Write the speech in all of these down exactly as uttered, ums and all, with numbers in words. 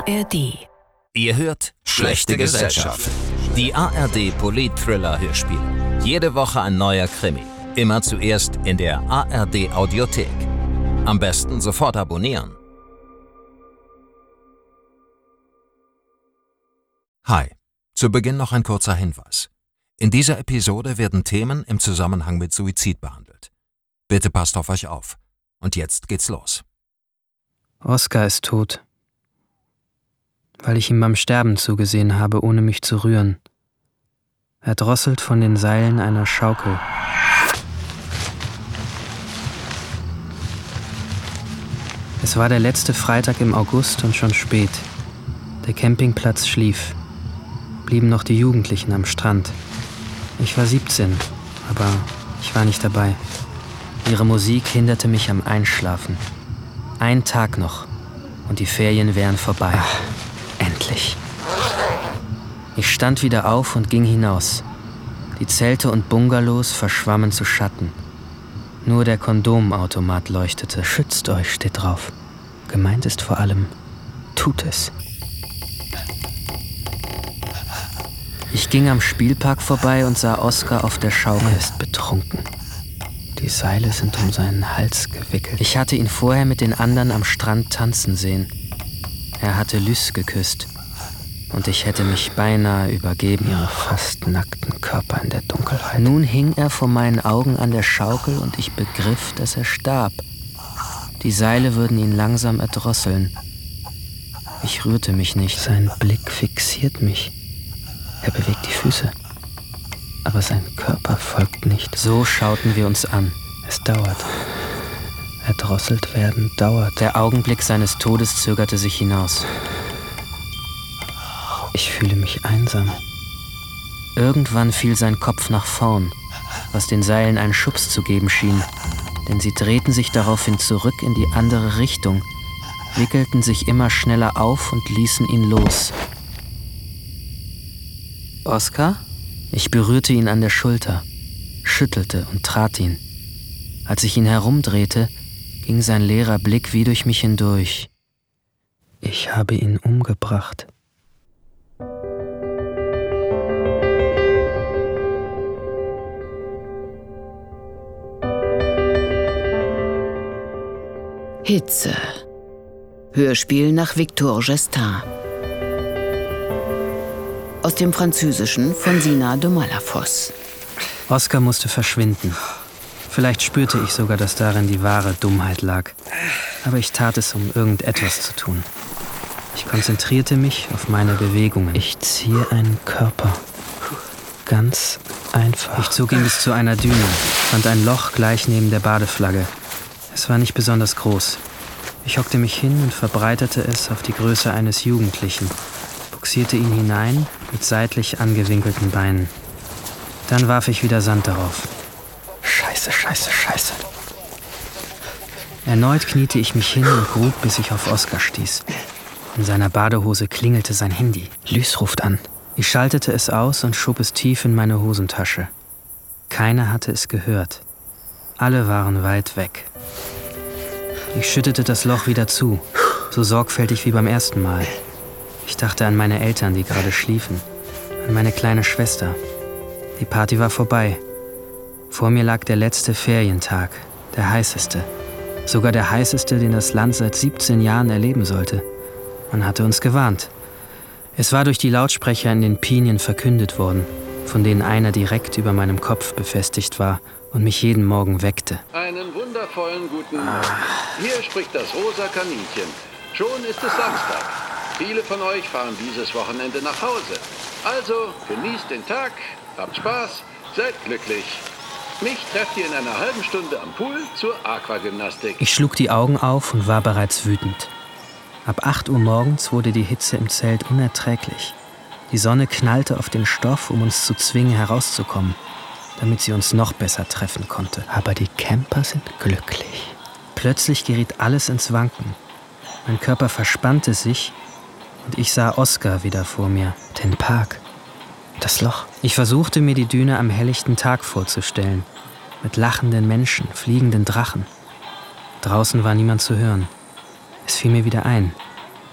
R D. Ihr hört Schlechte Gesellschaft. Die A R D Polit-Thriller-Hörspiel. Jede Woche ein neuer Krimi. Immer zuerst in der A R D Audiothek. Am besten sofort abonnieren. Hi. Zu Beginn noch ein kurzer Hinweis. In dieser Episode werden Themen im Zusammenhang mit Suizid behandelt. Bitte passt auf euch auf. Und jetzt geht's los. Oskar ist tot. Weil ich ihm beim Sterben zugesehen habe, ohne mich zu rühren. Er drosselt von den Seilen einer Schaukel. Es war der letzte Freitag im August und schon spät. Der Campingplatz schlief. Blieben noch die Jugendlichen am Strand. Ich war siebzehn, aber ich war nicht dabei. Ihre Musik hinderte mich am Einschlafen. Ein Tag noch und die Ferien wären vorbei. Ach, endlich. Ich stand wieder auf und ging hinaus. Die Zelte und Bungalows verschwammen zu Schatten. Nur der Kondomautomat leuchtete. Schützt euch, steht drauf. Gemeint ist vor allem, tut es. Ich ging am Spielpark vorbei und sah Oskar auf der Schaukel. Er ist betrunken. Die Seile sind um seinen Hals gewickelt. Ich hatte ihn vorher mit den anderen am Strand tanzen sehen. Er hatte Lys geküsst. Und ich hätte mich beinahe übergeben. Ihre fast nackten Körper in der Dunkelheit. Nun hing er vor meinen Augen an der Schaukel und ich begriff, dass er starb. Die Seile würden ihn langsam erdrosseln. Ich rührte mich nicht. Sein Blick fixiert mich. Er bewegt die Füße. Aber sein Körper folgt nicht. So schauten wir uns an. Es dauert. Erdrosselt werden dauert. Der Augenblick seines Todes zögerte sich hinaus. Ich fühle mich einsam. Irgendwann fiel sein Kopf nach vorn, was den Seilen einen Schubs zu geben schien. Denn sie drehten sich daraufhin zurück in die andere Richtung, wickelten sich immer schneller auf und ließen ihn los. Oskar? Ich berührte ihn an der Schulter, schüttelte und trat ihn. Als ich ihn herumdrehte, ging sein leerer Blick wie durch mich hindurch. Ich habe ihn umgebracht. Hitze. Hörspiel nach Victor Gestin. Aus dem Französischen von Sina de Malafosse. Oskar musste verschwinden. Vielleicht spürte ich sogar, dass darin die wahre Dummheit lag. Aber ich tat es, um irgendetwas zu tun. Ich konzentrierte mich auf meine Bewegungen. Ich ziehe einen Körper. Ganz einfach. Ich zog ihn bis zu einer Düne, fand ein Loch gleich neben der Badeflagge. Es war nicht besonders groß. Ich hockte mich hin und verbreitete es auf die Größe eines Jugendlichen, buxierte ihn hinein mit seitlich angewinkelten Beinen. Dann warf ich wieder Sand darauf. Scheiße, scheiße, scheiße. Erneut kniete ich mich hin und grub, bis ich auf Oskar stieß. In seiner Badehose klingelte sein Handy. Lys ruft an. Ich schaltete es aus und schob es tief in meine Hosentasche. Keiner hatte es gehört. Alle waren weit weg. Ich schüttete das Loch wieder zu, so sorgfältig wie beim ersten Mal. Ich dachte an meine Eltern, die gerade schliefen, an meine kleine Schwester. Die Party war vorbei. Vor mir lag der letzte Ferientag, der heißeste. Sogar der heißeste, den das Land seit siebzehn Jahren erleben sollte. Man hatte uns gewarnt. Es war durch die Lautsprecher in den Pinien verkündet worden, von denen einer direkt über meinem Kopf befestigt war und mich jeden Morgen weckte. Einen wundervollen guten Morgen. Hier spricht das rosa Kaninchen. Schon ist es Samstag. Viele von euch fahren dieses Wochenende nach Hause. Also genießt den Tag, habt Spaß, seid glücklich. Mich trefft ihr in einer halben Stunde am Pool zur Aquagymnastik. Ich schlug die Augen auf und war bereits wütend. Ab acht Uhr morgens wurde die Hitze im Zelt unerträglich. Die Sonne knallte auf den Stoff, um uns zu zwingen, herauszukommen, damit sie uns noch besser treffen konnte. Aber die Camper sind glücklich. Plötzlich geriet alles ins Wanken. Mein Körper verspannte sich und ich sah Oskar wieder vor mir. Den Park. Das Loch. Ich versuchte mir die Düne am helllichten Tag vorzustellen. Mit lachenden Menschen, fliegenden Drachen. Draußen war niemand zu hören. Es fiel mir wieder ein.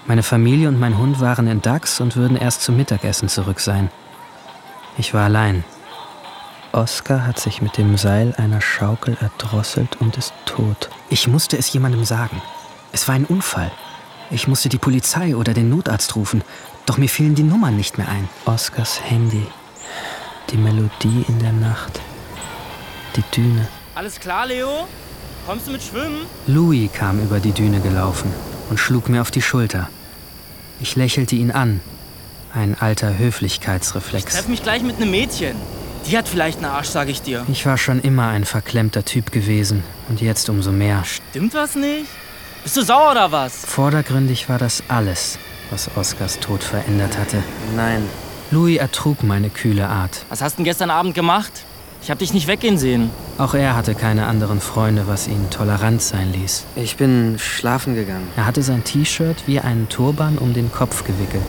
Meine Familie und mein Hund waren in Dax und würden erst zum Mittagessen zurück sein. Ich war allein. Oskar hat sich mit dem Seil einer Schaukel erdrosselt und ist tot. Ich musste es jemandem sagen. Es war ein Unfall. Ich musste die Polizei oder den Notarzt rufen. Doch mir fielen die Nummern nicht mehr ein. Oskars Handy. Die Melodie in der Nacht. Die Düne. Alles klar, Leo? Kommst du mit Schwimmen? Louis kam über die Düne gelaufen und schlug mir auf die Schulter. Ich lächelte ihn an. Ein alter Höflichkeitsreflex. Ich treff mich gleich mit einem Mädchen. Die hat vielleicht einen Arsch, sag ich dir. Ich war schon immer ein verklemmter Typ gewesen. Und jetzt umso mehr. Stimmt was nicht? Bist du sauer oder was? Vordergründig war das alles, was Oskars Tod verändert hatte. Nein. Louis ertrug meine kühle Art. Was hast du denn gestern Abend gemacht? Ich hab dich nicht weggehen sehen. Auch er hatte keine anderen Freunde, was ihn tolerant sein ließ. Ich bin schlafen gegangen. Er hatte sein T-Shirt wie einen Turban um den Kopf gewickelt.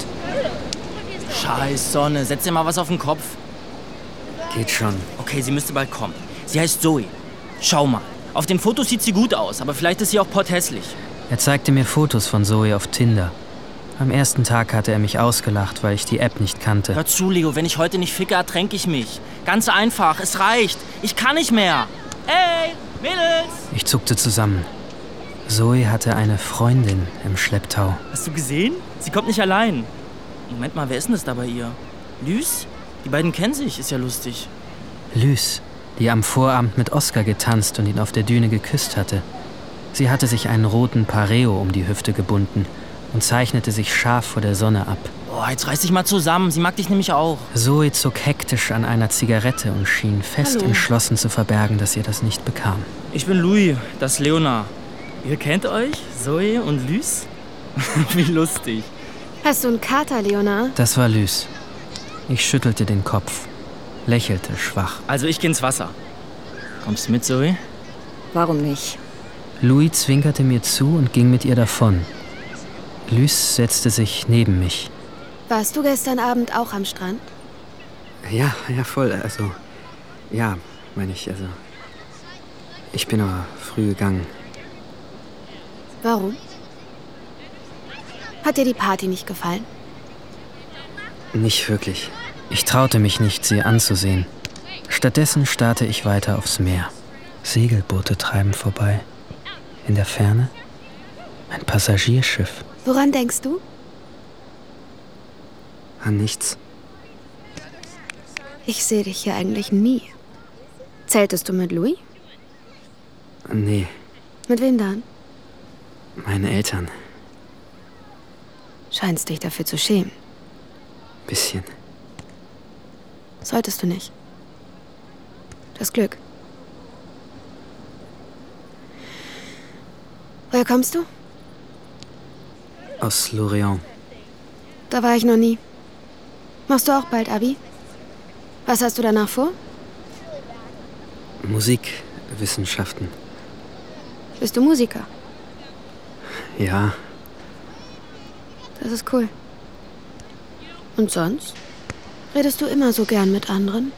Scheiß Sonne, setz dir mal was auf den Kopf. Geht schon. Okay, sie müsste bald kommen. Sie heißt Zoe. Schau mal. Auf den Fotos sieht sie gut aus, aber vielleicht ist sie auch potthässlich. Er zeigte mir Fotos von Zoe auf Tinder. Am ersten Tag hatte er mich ausgelacht, weil ich die App nicht kannte. Hör zu, Leo, wenn ich heute nicht ficke, ertränke ich mich. Ganz einfach, es reicht. Ich kann nicht mehr. Hey, Mädels! Ich zuckte zusammen. Zoe hatte eine Freundin im Schlepptau. Hast du gesehen? Sie kommt nicht allein. Moment mal, wer ist denn das da bei ihr? Lys? Die beiden kennen sich, ist ja lustig. Lys, die am Vorabend mit Oskar getanzt und ihn auf der Düne geküsst hatte. Sie hatte sich einen roten Pareo um die Hüfte gebunden und zeichnete sich scharf vor der Sonne ab. Boah, jetzt reiß dich mal zusammen, sie mag dich nämlich auch. Zoe zog hektisch an einer Zigarette und schien fest Hallo. entschlossen zu verbergen, dass ihr das nicht bekam. Ich bin Louis, das ist Leona. Ihr kennt euch, Zoe und Lys? Wie lustig. Hast du einen Kater, Leona? Das war Lys. Ich schüttelte den Kopf, lächelte schwach. Also ich geh ins Wasser. Kommst du mit, Zoe? Warum nicht? Louis zwinkerte mir zu und ging mit ihr davon. Lys setzte sich neben mich. Warst du gestern Abend auch am Strand? Ja, ja, voll. Also, ja, meine ich, also. Ich bin aber früh gegangen. Warum? Hat dir die Party nicht gefallen? Nicht wirklich. Ich traute mich nicht, sie anzusehen. Stattdessen starrte ich weiter aufs Meer. Segelboote treiben vorbei. In der Ferne ein Passagierschiff. Woran denkst du? An nichts. Ich sehe dich hier eigentlich nie. Zeltest du mit Louis? Nee, Mit wem dann? meine Eltern. Scheinst dich dafür zu schämen. Bisschen. Solltest du nicht. Das Glück. Woher kommst du? Aus Lorient. Da war ich noch nie. Machst du auch bald Abi? Was hast du danach vor? Musikwissenschaften. Bist du Musiker? Ja, Das ist cool. Und sonst? Redest du immer so gern mit anderen?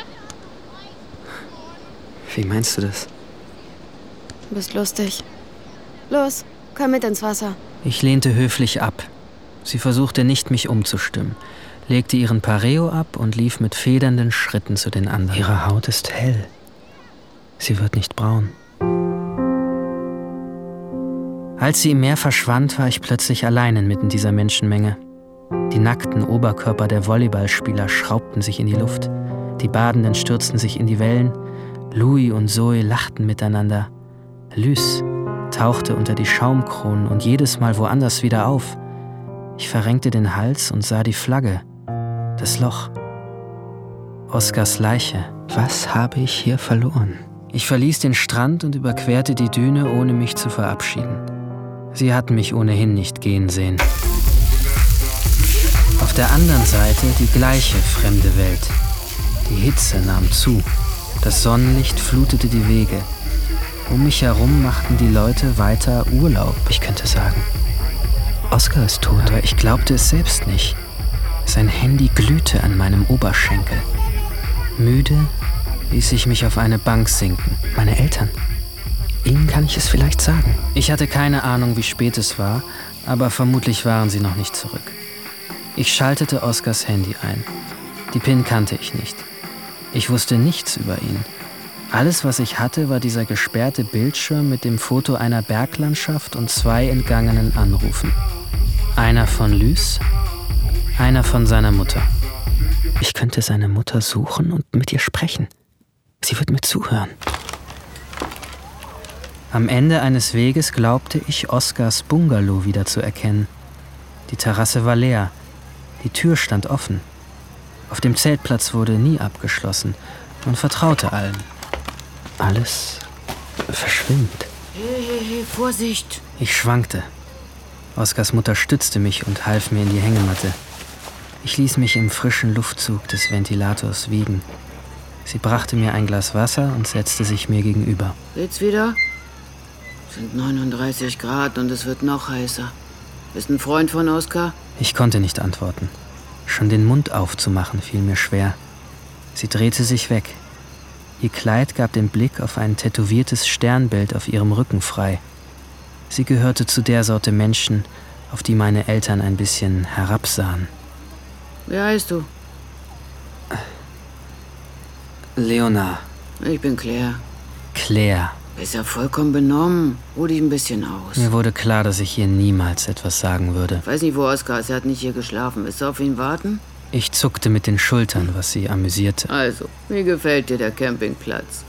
wie meinst du das? Du bist lustig. Los, komm mit ins Wasser. Ich lehnte höflich ab. Sie versuchte nicht, mich umzustimmen, legte ihren Pareo ab und lief mit federnden Schritten zu den anderen. Ihre Haut ist hell. Sie wird nicht braun. Als sie im Meer verschwand, war ich plötzlich allein inmitten dieser Menschenmenge. Die nackten Oberkörper der Volleyballspieler schraubten sich in die Luft. Die Badenden stürzten sich in die Wellen. Louis und Zoe lachten miteinander. Lys tauchte unter die Schaumkronen und jedes Mal woanders wieder auf. Ich verrenkte den Hals und sah die Flagge. Das Loch. Oskars Leiche. Was habe ich hier verloren? Ich verließ den Strand und überquerte die Düne, ohne mich zu verabschieden. Sie hatten mich ohnehin nicht gehen sehen. Auf der anderen Seite die gleiche fremde Welt. Die Hitze nahm zu. Das Sonnenlicht flutete die Wege. Um mich herum machten die Leute weiter Urlaub, ich könnte sagen. Oskar ist tot, aber ich glaubte es selbst nicht. Sein Handy glühte an meinem Oberschenkel. Müde ließ ich mich auf eine Bank sinken. Meine Eltern. Ihnen kann ich es vielleicht sagen. Ich hatte keine Ahnung, wie spät es war, Aber vermutlich waren sie noch nicht zurück. Ich schaltete Oskars Handy ein. Die PIN kannte ich nicht. Ich wusste nichts über ihn. Alles, was ich hatte, war dieser gesperrte Bildschirm mit dem Foto einer Berglandschaft und zwei entgangenen Anrufen. Einer von Lys, einer von seiner Mutter. Ich könnte seine Mutter suchen und mit ihr sprechen. Sie wird mir zuhören. Am Ende eines Weges glaubte ich, Oskars Bungalow wiederzuerkennen. Die Terrasse war leer. Die Tür stand offen. Auf dem Zeltplatz wurde nie abgeschlossen. Man vertraute allen. Alles verschwimmt. Hey, hey, hey, Vorsicht! Ich schwankte. Oskars Mutter stützte mich und half mir in die Hängematte. Ich ließ mich im frischen Luftzug des Ventilators wiegen. Sie brachte mir ein Glas Wasser und setzte sich mir gegenüber. Geht's wieder? Es sind neununddreißig Grad und es wird noch heißer. Bist ein Freund von Oskar? Ich konnte nicht antworten. Schon den Mund aufzumachen fiel mir schwer. Sie drehte sich weg. Ihr Kleid gab den Blick auf ein tätowiertes Sternbild auf ihrem Rücken frei. Sie gehörte zu der Sorte Menschen, auf die meine Eltern ein bisschen herabsahen. Wie heißt du? Leonard. Ich bin Claire. Claire. Bist ja vollkommen benommen. Ruh dich ein bisschen aus. Mir wurde klar, dass ich hier niemals etwas sagen würde. Ich weiß nicht, wo Oskar ist. Er hat nicht hier geschlafen. Willst du auf ihn warten? Ich zuckte mit den Schultern, was sie amüsierte. Also, wie gefällt dir der Campingplatz?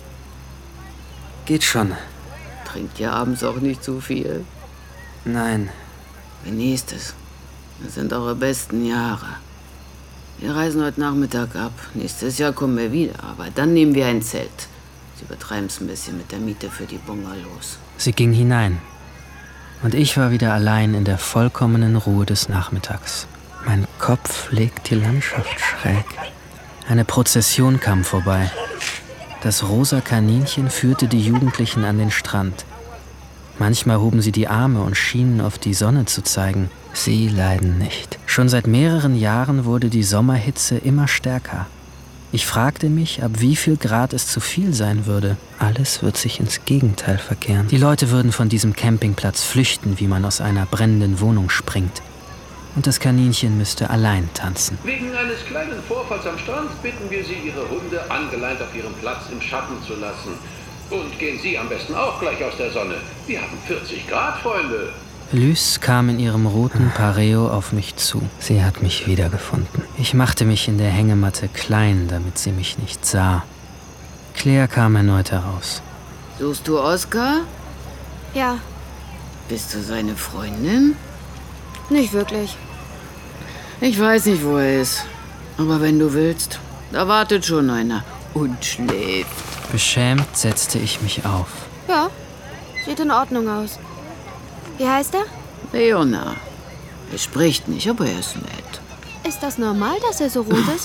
Geht schon. Trinkt ihr abends auch nicht zu viel? Nein. Genießt es. Das sind eure besten Jahre. Wir reisen heute Nachmittag ab. Nächstes Jahr kommen wir wieder, aber dann nehmen wir ein Zelt. Sie übertreiben es ein bisschen mit der Miete für die Bungalows. Sie ging hinein. Und ich war wieder allein in der vollkommenen Ruhe des Nachmittags. Mein Kopf legt die Landschaft schräg. Eine Prozession kam vorbei. Das rosa Kaninchen führte die Jugendlichen an den Strand. Manchmal hoben sie die Arme und schienen auf die Sonne zu zeigen. Sie leiden nicht. Schon seit mehreren Jahren wurde die Sommerhitze immer stärker. Ich fragte mich, ab wie viel Grad es zu viel sein würde. Alles wird sich ins Gegenteil verkehren. Die Leute würden von diesem Campingplatz flüchten, wie man aus einer brennenden Wohnung springt. Und das Kaninchen müsste allein tanzen. Wegen eines kleinen Vorfalls am Strand bitten wir Sie, Ihre Hunde angeleint auf Ihrem Platz im Schatten zu lassen. Und gehen Sie am besten auch gleich aus der Sonne. Wir haben vierzig Grad, Freunde. Lys kam in ihrem roten Pareo auf mich zu. Sie hat mich wiedergefunden. Ich machte mich in der Hängematte klein, damit sie mich nicht sah. Claire kam erneut heraus. Suchst du Oskar? Ja, Bist du seine Freundin? nicht wirklich. Ich weiß nicht, wo er ist. Aber wenn du willst, da wartet schon einer und schläft. Beschämt setzte ich mich auf. Ja, sieht in Ordnung aus. Wie heißt er? Leonard. Er spricht nicht, aber er ist nett. Ist das normal, dass er so rot ist?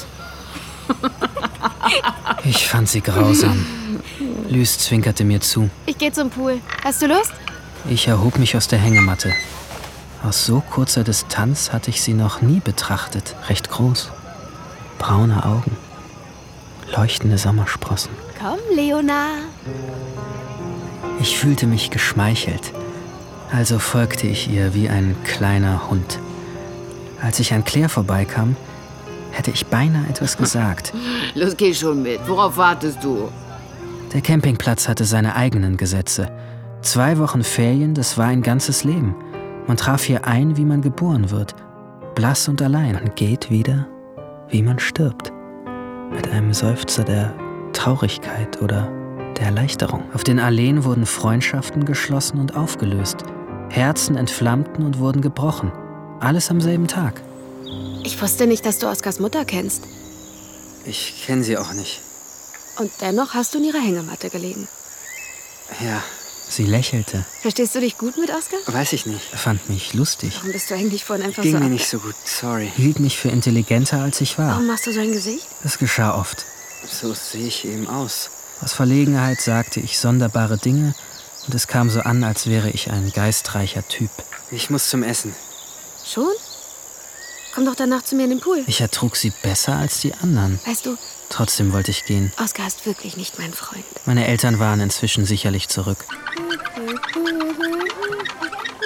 Ich fand sie grausam. Lys zwinkerte mir zu. Ich gehe zum Pool. Hast du Lust? Ich erhob mich aus der Hängematte. Aus so kurzer Distanz hatte ich sie noch nie betrachtet. Recht groß. Braune Augen. Leuchtende Sommersprossen. Komm, Leonard. Ich fühlte mich geschmeichelt. Also folgte ich ihr wie ein kleiner Hund. Als ich an Claire vorbeikam, hätte ich beinahe etwas gesagt. Los, geh schon mit. Worauf wartest du? Der Campingplatz hatte seine eigenen Gesetze. Zwei Wochen Ferien, das war ein ganzes Leben. Man traf hier ein, wie man geboren wird. Blass und allein. Man geht wieder, wie man stirbt. Mit einem Seufzer der Traurigkeit oder der Erleichterung. Auf den Alleen wurden Freundschaften geschlossen und aufgelöst. Herzen entflammten und wurden gebrochen. Alles am selben Tag. Ich wusste nicht, dass du Oskars Mutter kennst. Ich kenne sie auch nicht. Und dennoch hast du in ihrer Hängematte gelegen. Ja, Sie lächelte. Verstehst du dich gut mit Oskar? weiß ich nicht. Fand mich lustig. Warum bist du eigentlich vorhin einfach Ging so mir ab- nicht so gut, sorry. Hielt mich für intelligenter, als ich war. Warum machst du so ein Gesicht? Das geschah oft. So sehe ich eben aus. Aus Verlegenheit sagte ich sonderbare Dinge und es kam so an, als wäre ich ein geistreicher Typ. Ich muss zum Essen. Schon? Komm doch danach zu mir in den Pool. Ich ertrug sie besser als die anderen. Weißt du, Trotzdem wollte ich gehen. Oskar ist wirklich nicht mein Freund. Meine Eltern waren inzwischen sicherlich zurück.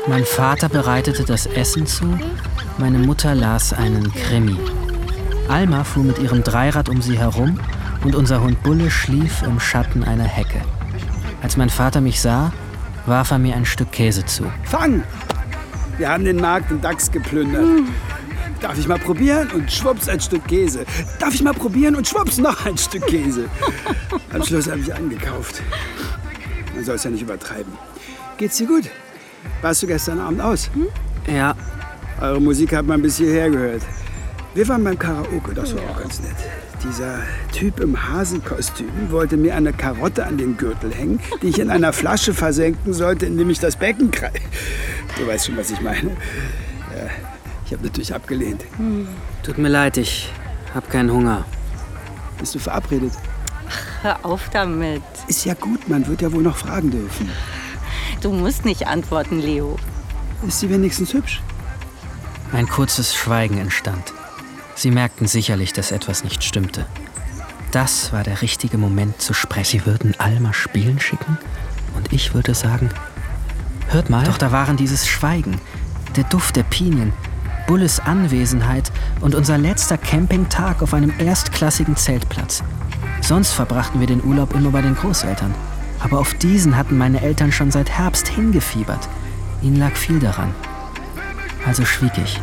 Mein Vater bereitete das Essen zu, meine Mutter las einen Krimi. Alma fuhr mit ihrem Dreirad um sie herum und unser Hund Bulle schlief im Schatten einer Hecke. Als mein Vater mich sah, warf er mir ein Stück Käse zu. Fang! Wir haben den Markt in Dachs geplündert. Hm. Darf ich mal probieren? Und schwupps, ein Stück Käse. Darf ich mal probieren? Und schwupps, noch ein Stück Käse. Am Schluss habe ich eingekauft. Man soll es ja nicht übertreiben. Geht's dir gut? Warst du gestern Abend aus? Hm? Ja. Eure Musik hat man bis hierher gehört. Wir waren beim Karaoke, das war auch ganz nett. Dieser Typ im Hasenkostüm wollte mir eine Karotte an den Gürtel hängen, die ich in einer Flasche versenken sollte, indem ich das Becken kreise. Du weißt schon, was ich meine. Ja, ich habe natürlich abgelehnt. Hm. Tut mir leid, ich habe keinen Hunger. Bist du verabredet? Ach, hör auf damit. Ist ja gut, man wird ja wohl noch fragen dürfen. Du musst nicht antworten, Leo. Ist sie wenigstens hübsch? Ein kurzes Schweigen entstand. Sie merkten sicherlich, dass etwas nicht stimmte. Das war der richtige Moment zu sprechen. Sie würden Alma spielen schicken und ich würde sagen, hört mal. Doch da waren dieses Schweigen, der Duft der Pinien, Bulles Anwesenheit und unser letzter Campingtag auf einem erstklassigen Zeltplatz. Sonst verbrachten wir den Urlaub immer bei den Großeltern. Aber auf diesen hatten meine Eltern schon seit Herbst hingefiebert. Ihnen lag viel daran. Also schwieg ich.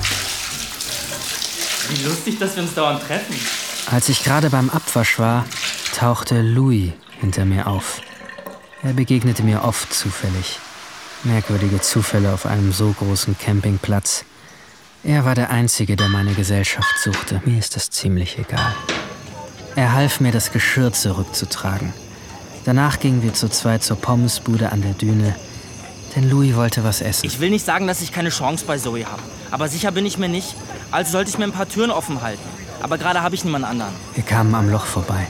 Wie lustig, dass wir uns dauernd treffen. Als ich gerade beim Abwasch war, tauchte Louis hinter mir auf. Er begegnete mir oft zufällig. Merkwürdige Zufälle auf einem so großen Campingplatz. Er war der Einzige, der meine Gesellschaft suchte. Mir ist das ziemlich egal. Er half mir, das Geschirr zurückzutragen. Danach gingen wir zu zweit zur Pommesbude an der Düne, denn Louis wollte was essen. Ich will nicht sagen, dass ich keine Chance bei Zoe habe, aber sicher bin ich mir nicht. Also sollte ich mir ein paar Türen offen halten. Aber gerade habe ich niemand anderen. Wir kamen am Loch vorbei.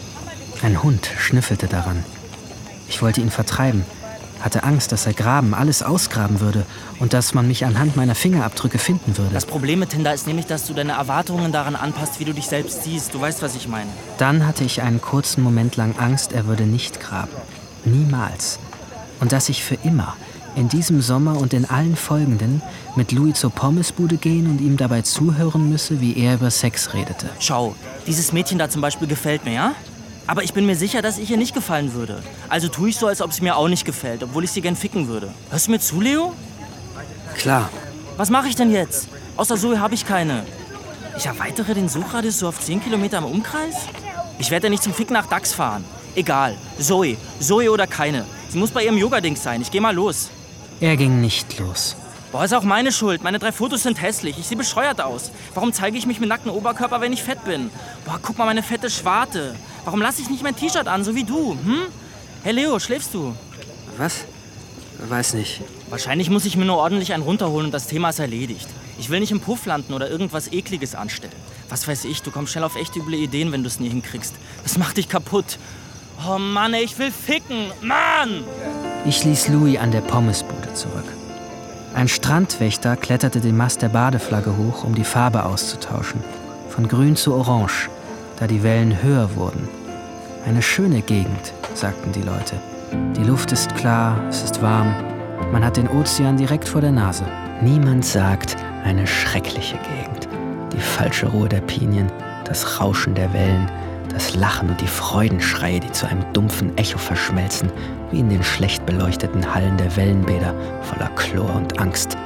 Ein Hund schnüffelte daran. Ich wollte ihn vertreiben, hatte Angst, dass er graben, alles ausgraben würde und dass man mich anhand meiner Fingerabdrücke finden würde. Das Problem mit Tinder ist nämlich, dass du deine Erwartungen daran anpasst, wie du dich selbst siehst. Du weißt, was ich meine. Dann hatte ich einen kurzen Moment lang Angst, er würde nicht graben. Niemals. Und dass ich für immer, in diesem Sommer und in allen folgenden, mit Louis zur Pommesbude gehen und ihm dabei zuhören müsse, wie er über Sex redete. Schau, dieses Mädchen da zum Beispiel gefällt mir, ja? Aber ich bin mir sicher, dass ich ihr nicht gefallen würde. Also tue ich so, als ob sie mir auch nicht gefällt, obwohl ich sie gern ficken würde. Hörst du mir zu, Leo? Klar. Was mache ich denn jetzt? Außer Zoe habe ich keine. Ich erweitere den Suchradius so auf zehn Kilometer im Umkreis? Ich werde ja nicht zum Ficken nach Dachs fahren. Egal. Zoe. Zoe oder keine. Sie muss bei ihrem Yoga-Dings sein. Ich geh mal los. Er ging nicht los. Boah, ist auch meine Schuld. Meine drei Fotos sind hässlich. Ich sehe bescheuert aus. Warum zeige ich mich mit nacktem Oberkörper, wenn ich fett bin? Boah, guck mal, meine fette Schwarte. Warum lasse ich nicht mein T-Shirt an, so wie du? Hm? Hey Leo, schläfst du? Was? Weiß nicht. Wahrscheinlich muss ich mir nur ordentlich einen runterholen und das Thema ist erledigt. Ich will nicht im Puff landen oder irgendwas Ekliges anstellen. Was weiß ich, du kommst schnell auf echt üble Ideen, wenn du es nie hinkriegst. Das macht dich kaputt. Oh Mann, ey, ich will ficken. Mann! Ich ließ Louis an der Pommesbude zurück. Ein Strandwächter kletterte den Mast der Badeflagge hoch, um die Farbe auszutauschen. Von grün zu orange, da die Wellen höher wurden. Eine schöne Gegend, sagten die Leute. Die Luft ist klar, es ist warm. Man hat den Ozean direkt vor der Nase. Niemand sagt, eine schreckliche Gegend. Die falsche Ruhe der Pinien, das Rauschen der Wellen, das Lachen und die Freudenschreie, die zu einem dumpfen Echo verschmelzen, wie in den schlecht beleuchteten Hallen der Wellenbäder, voller Chlor und Angst.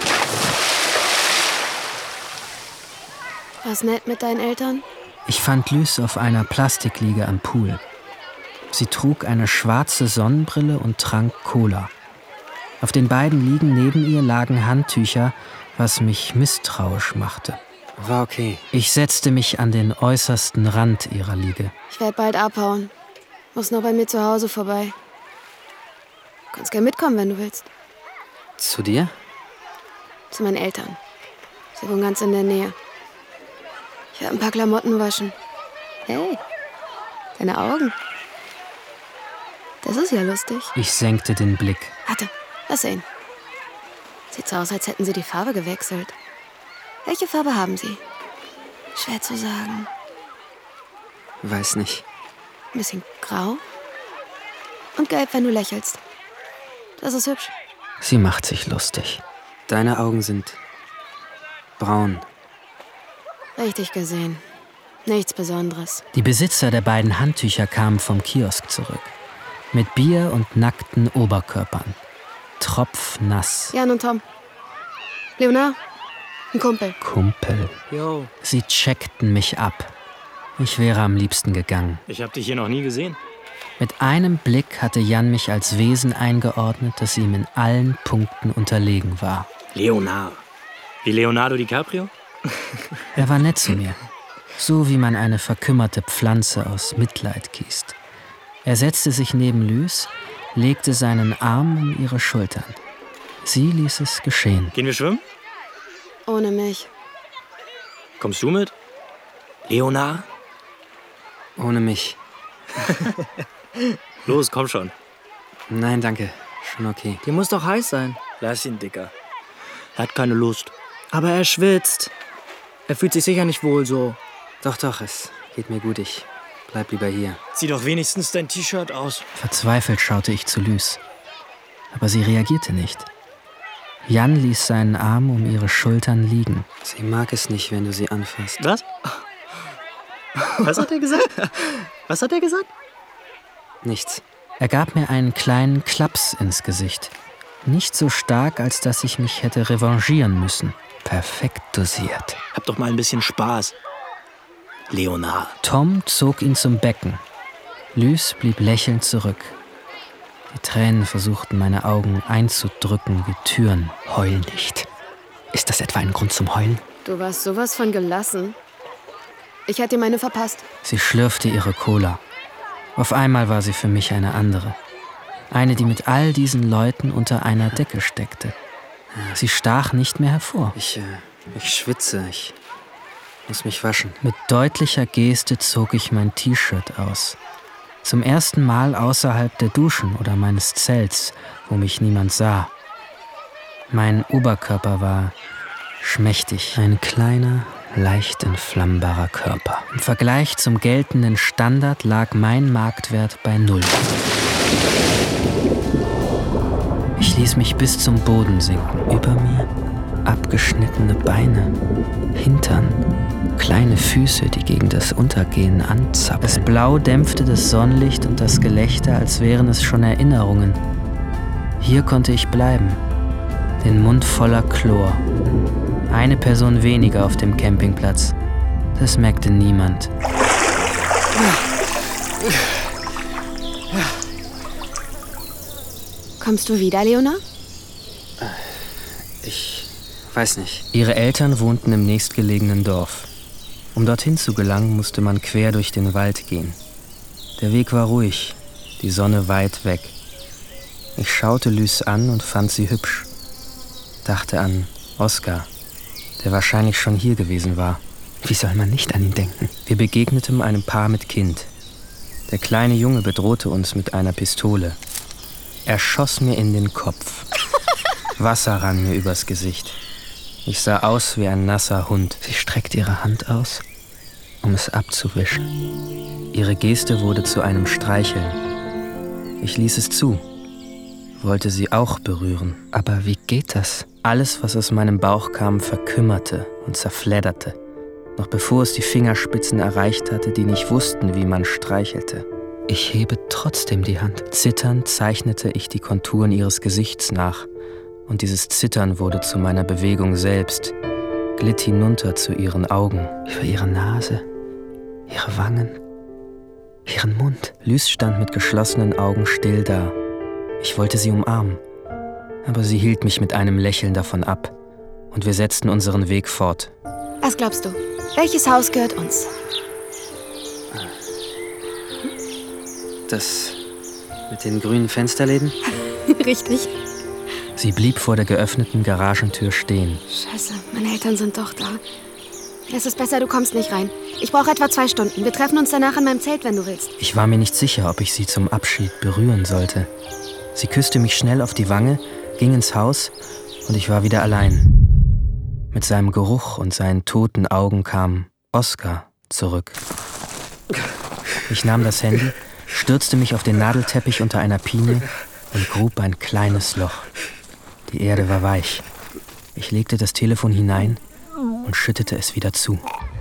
War's nett mit deinen Eltern? Ich fand Lys auf einer Plastikliege am Pool. Sie trug eine schwarze Sonnenbrille und trank Cola. Auf den beiden Liegen neben ihr lagen Handtücher, was mich misstrauisch machte. War okay. Ich setzte mich an den äußersten Rand ihrer Liege. Ich werde bald abhauen. Muss noch bei mir zu Hause vorbei. Du kannst gern mitkommen, wenn du willst. Zu dir? Zu meinen Eltern. Sie wohnen ganz in der Nähe. Ich werde ein paar Klamotten waschen. Hey, deine Augen. Das ist ja lustig. Ich senkte den Blick. Warte, lass sehen. Sieht so aus, als hätten sie die Farbe gewechselt. Welche Farbe haben sie? Schwer zu sagen. Weiß nicht. Ein bisschen grau. Und gelb, wenn du lächelst. Das ist hübsch. Sie macht sich lustig. Deine Augen sind braun. Richtig gesehen. Nichts Besonderes. Die Besitzer der beiden Handtücher kamen vom Kiosk zurück. Mit Bier und nackten Oberkörpern. Tropfnass. Jan und Tom. Leonard, ein Kumpel. Kumpel. Jo. Sie checkten mich ab. Ich wäre am liebsten gegangen. Ich hab dich hier noch nie gesehen. Mit einem Blick hatte Jan mich als Wesen eingeordnet, das ihm in allen Punkten unterlegen war. Leonard. Wie Leonardo DiCaprio? Er war nett zu mir. So wie man eine verkümmerte Pflanze aus Mitleid gießt. Er setzte sich neben Lys, legte seinen Arm um ihre Schultern. Sie ließ es geschehen. Gehen wir schwimmen? Ohne mich. Kommst du mit? Leonard? Ohne mich. Los, komm schon. Nein, danke. Schon okay. Dir muss doch heiß sein. Lass ihn, Dicker. Er hat keine Lust. Aber er schwitzt. Er fühlt sich sicher nicht wohl so. Doch, doch, es geht mir gut. Ich bleib lieber hier. Zieh doch wenigstens dein T-Shirt aus. Verzweifelt schaute ich zu Lys. Aber sie reagierte nicht. Jan ließ seinen Arm um ihre Schultern liegen. Sie mag es nicht, wenn du sie anfasst. Was? Was hat er gesagt? Was hat er gesagt? Nichts. Er gab mir einen kleinen Klaps ins Gesicht. Nicht so stark, als dass ich mich hätte revanchieren müssen. Perfekt dosiert. Hab doch mal ein bisschen Spaß. Leonard. Tom zog ihn zum Becken. Lys blieb lächelnd zurück. Die Tränen versuchten meine Augen einzudrücken wie Türen. Heul nicht. Ist das etwa ein Grund zum Heulen? Du warst sowas von gelassen. Ich hätte dir meine verpasst. Sie schlürfte ihre Cola. Auf einmal war sie für mich eine andere. Eine, die mit all diesen Leuten unter einer Decke steckte. Sie stach nicht mehr hervor. Ich, äh, ich schwitze. Ich muss mich waschen. Mit deutlicher Geste zog ich mein T-Shirt aus. Zum ersten Mal außerhalb der Duschen oder meines Zelts, wo mich niemand sah. Mein Oberkörper war schmächtig. Ein kleiner, leicht entflammbarer Körper. Im Vergleich zum geltenden Standard lag mein Marktwert bei null. Ich ließ mich bis zum Boden sinken. Über mir abgeschnittene Beine, Hintern, kleine Füße, die gegen das Untergehen anzappeln. Das Blau dämpfte das Sonnenlicht und das Gelächter, als wären es schon Erinnerungen. Hier konnte ich bleiben, den Mund voller Chlor. Eine Person weniger auf dem Campingplatz. Das merkte niemand. Kommst du wieder, Leonard? Ich weiß nicht. Ihre Eltern wohnten im nächstgelegenen Dorf. Um dorthin zu gelangen, musste man quer durch den Wald gehen. Der Weg war ruhig, die Sonne weit weg. Ich schaute Lys an und fand sie hübsch. Dachte an Oskar, der wahrscheinlich schon hier gewesen war. Wie soll man nicht an ihn denken? Wir begegneten einem Paar mit Kind. Der kleine Junge bedrohte uns mit einer Pistole. Er schoss mir in den Kopf. Wasser rann mir übers Gesicht. Ich sah aus wie ein nasser Hund. Sie streckte ihre Hand aus, um es abzuwischen. Ihre Geste wurde zu einem Streicheln. Ich ließ es zu, wollte sie auch berühren. Aber wie geht das? Alles, was aus meinem Bauch kam, verkümmerte und zerfledderte, noch bevor es die Fingerspitzen erreicht hatte, die nicht wussten, wie man streichelte. Ich hebe trotzdem die Hand. Zitternd zeichnete ich die Konturen ihres Gesichts nach. Und dieses Zittern wurde zu meiner Bewegung selbst, glitt hinunter zu ihren Augen, über ihre Nase, ihre Wangen, ihren Mund. Lys stand mit geschlossenen Augen still da. Ich wollte sie umarmen, aber sie hielt mich mit einem Lächeln davon ab und wir setzten unseren Weg fort. Was glaubst du? Welches Haus gehört uns? Das mit den grünen Fensterläden? Richtig. Sie blieb vor der geöffneten Garagentür stehen. Scheiße, meine Eltern sind doch da. Es ist besser, du kommst nicht rein. Ich brauche etwa zwei Stunden. Wir treffen uns danach in meinem Zelt, wenn du willst. Ich war mir nicht sicher, ob ich sie zum Abschied berühren sollte. Sie küsste mich schnell auf die Wange, ging ins Haus und ich war wieder allein. Mit seinem Geruch und seinen toten Augen kam Oskar zurück. Ich nahm das Handy, stürzte mich auf den Nadelteppich unter einer Pinie und grub ein kleines Loch. Die Erde war weich. Ich legte das Telefon hinein und schüttete es wieder zu.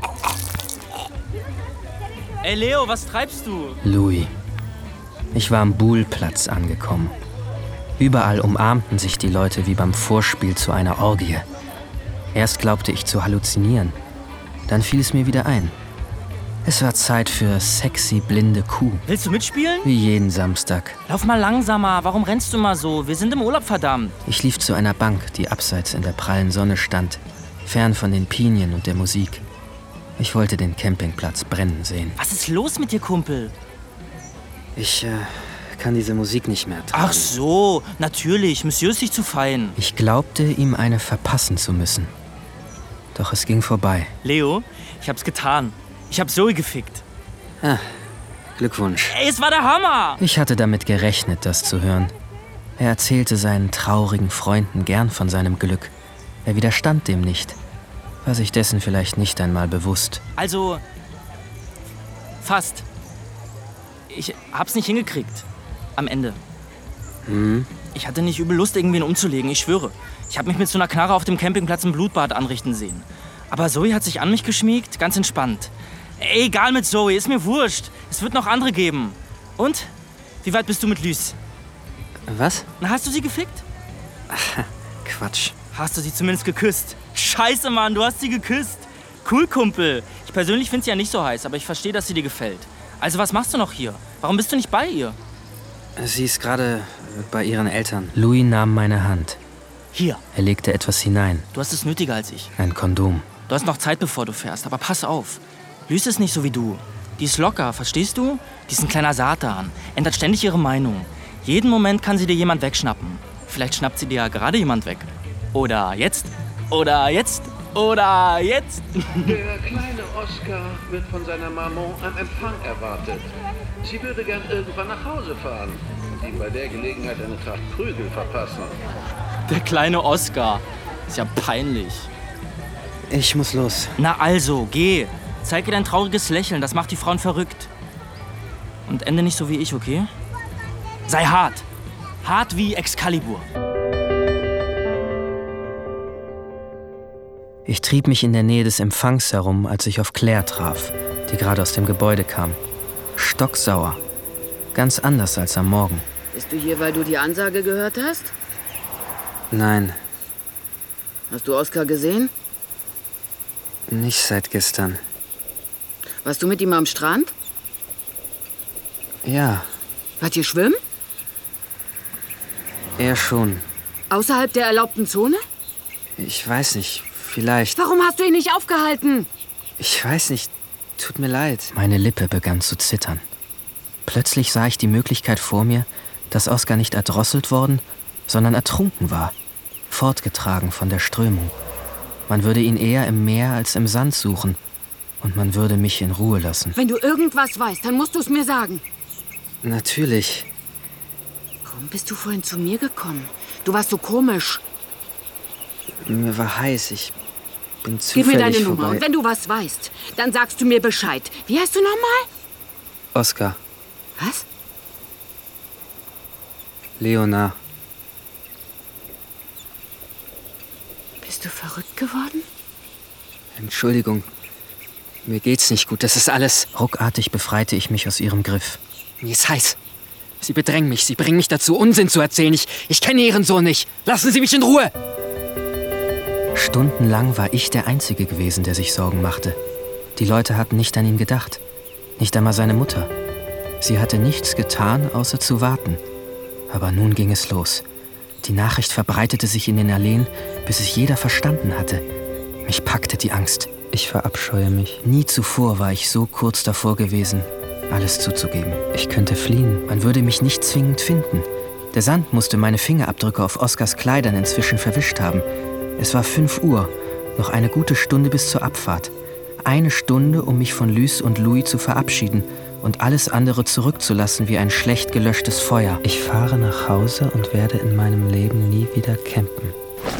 Ey Leo, was treibst du? Louis. Ich war am Buhlplatz angekommen. Überall umarmten sich die Leute wie beim Vorspiel zu einer Orgie. Erst glaubte ich zu halluzinieren. Dann fiel es mir wieder ein. Es war Zeit für sexy blinde Kuh. Willst du mitspielen? Wie jeden Samstag. Lauf mal langsamer. Warum rennst du mal so? Wir sind im Urlaub, verdammt. Ich lief zu einer Bank, die abseits in der prallen Sonne stand, fern von den Pinien und der Musik. Ich wollte den Campingplatz brennen sehen. Was ist los mit dir, Kumpel? Ich äh, kann diese Musik nicht mehr tragen. Ach so, natürlich. Monsieur ist sich zu fein. Ich glaubte, ihm eine verpassen zu müssen. Doch es ging vorbei. Leo, ich hab's getan. Ich hab Zoe gefickt. Ah, Glückwunsch. Ey, es war der Hammer! Ich hatte damit gerechnet, das zu hören. Er erzählte seinen traurigen Freunden gern von seinem Glück. Er widerstand dem nicht. War sich dessen vielleicht nicht einmal bewusst. Also, fast. Ich hab's nicht hingekriegt. Am Ende. Hm? Ich hatte nicht übel Lust, irgendwen umzulegen, ich schwöre. Ich hab mich mit so einer Knarre auf dem Campingplatz ein Blutbad anrichten sehen. Aber Zoe hat sich an mich geschmiegt, ganz entspannt. Ey, egal mit Zoe, ist mir wurscht. Es wird noch andere geben. Und? Wie weit bist du mit Lys? Was? Na, hast du sie gefickt? Ach, Quatsch. Hast du sie zumindest geküsst? Scheiße, Mann, du hast sie geküsst. Cool, Kumpel. Ich persönlich finde sie ja nicht so heiß, aber ich verstehe, dass sie dir gefällt. Also, was machst du noch hier? Warum bist du nicht bei ihr? Sie ist gerade bei ihren Eltern. Louis nahm meine Hand. Hier. Er legte etwas hinein. Du hast es nötiger als ich. Ein Kondom. Du hast noch Zeit, bevor du fährst, aber pass auf. Lys ist nicht so wie du. Die ist locker, verstehst du? Die ist ein kleiner Satan. Ändert ständig ihre Meinung. Jeden Moment kann sie dir jemand wegschnappen. Vielleicht schnappt sie dir ja gerade jemand weg. Oder jetzt. Oder jetzt. Oder jetzt. Der kleine Oscar wird von seiner Maman am Empfang erwartet. Sie würde gern irgendwann nach Hause fahren und ihm bei der Gelegenheit eine Tracht Prügel verpassen. Der kleine Oscar. Ist ja peinlich. Ich muss los. Na also, geh. Zeig ihr dein trauriges Lächeln, das macht die Frauen verrückt. Und ende nicht so wie ich, okay? Sei hart. Hart wie Excalibur. Ich trieb mich in der Nähe des Empfangs herum, als ich auf Claire traf, die gerade aus dem Gebäude kam. Stocksauer. Ganz anders als am Morgen. Bist du hier, weil du die Ansage gehört hast? Nein, Hast du Oscar gesehen? nicht seit gestern. Warst du mit ihm am Strand? Ja, Wart ihr schwimmen? er schon. Außerhalb der erlaubten Zone? Ich weiß nicht, vielleicht. Warum hast du ihn nicht aufgehalten? Ich weiß nicht, tut mir leid. Meine Lippe begann zu zittern. Plötzlich sah ich die Möglichkeit vor mir, dass Oscar nicht erdrosselt worden, sondern ertrunken war. Fortgetragen von der Strömung. Man würde ihn eher im Meer als im Sand suchen. Und man würde mich in Ruhe lassen. Wenn du irgendwas weißt, dann musst du es mir sagen. Natürlich. Warum bist du vorhin zu mir gekommen? Du warst so komisch. Mir war heiß. Ich bin Gib zufällig mir deine Nummer. vorbei. Und wenn du was weißt, dann sagst du mir Bescheid. Wie heißt du nochmal? Oscar. Was? Leonard. Bist du verrückt geworden? Entschuldigung. Mir geht's nicht gut. Das ist alles. Ruckartig befreite ich mich aus ihrem Griff. Mir ist heiß. Sie bedrängen mich. Sie bringen mich dazu, Unsinn zu erzählen. Ich, ich kenne Ihren Sohn nicht. Lassen Sie mich in Ruhe! Stundenlang war ich der Einzige gewesen, der sich Sorgen machte. Die Leute hatten nicht an ihn gedacht. Nicht einmal seine Mutter. Sie hatte nichts getan, außer zu warten. Aber nun ging es los. Die Nachricht verbreitete sich in den Alleen, bis es jeder verstanden hatte. Mich packte die Angst. Ich verabscheue mich. Nie zuvor war ich so kurz davor gewesen, alles zuzugeben. Ich könnte fliehen. Man würde mich nicht zwingend finden. Der Sand musste meine Fingerabdrücke auf Oscars Kleidern inzwischen verwischt haben. Es war fünf Uhr. Noch eine gute Stunde bis zur Abfahrt. Eine Stunde, um mich von Lys und Louis zu verabschieden und alles andere zurückzulassen wie ein schlecht gelöschtes Feuer. Ich fahre nach Hause und werde in meinem Leben nie wieder campen.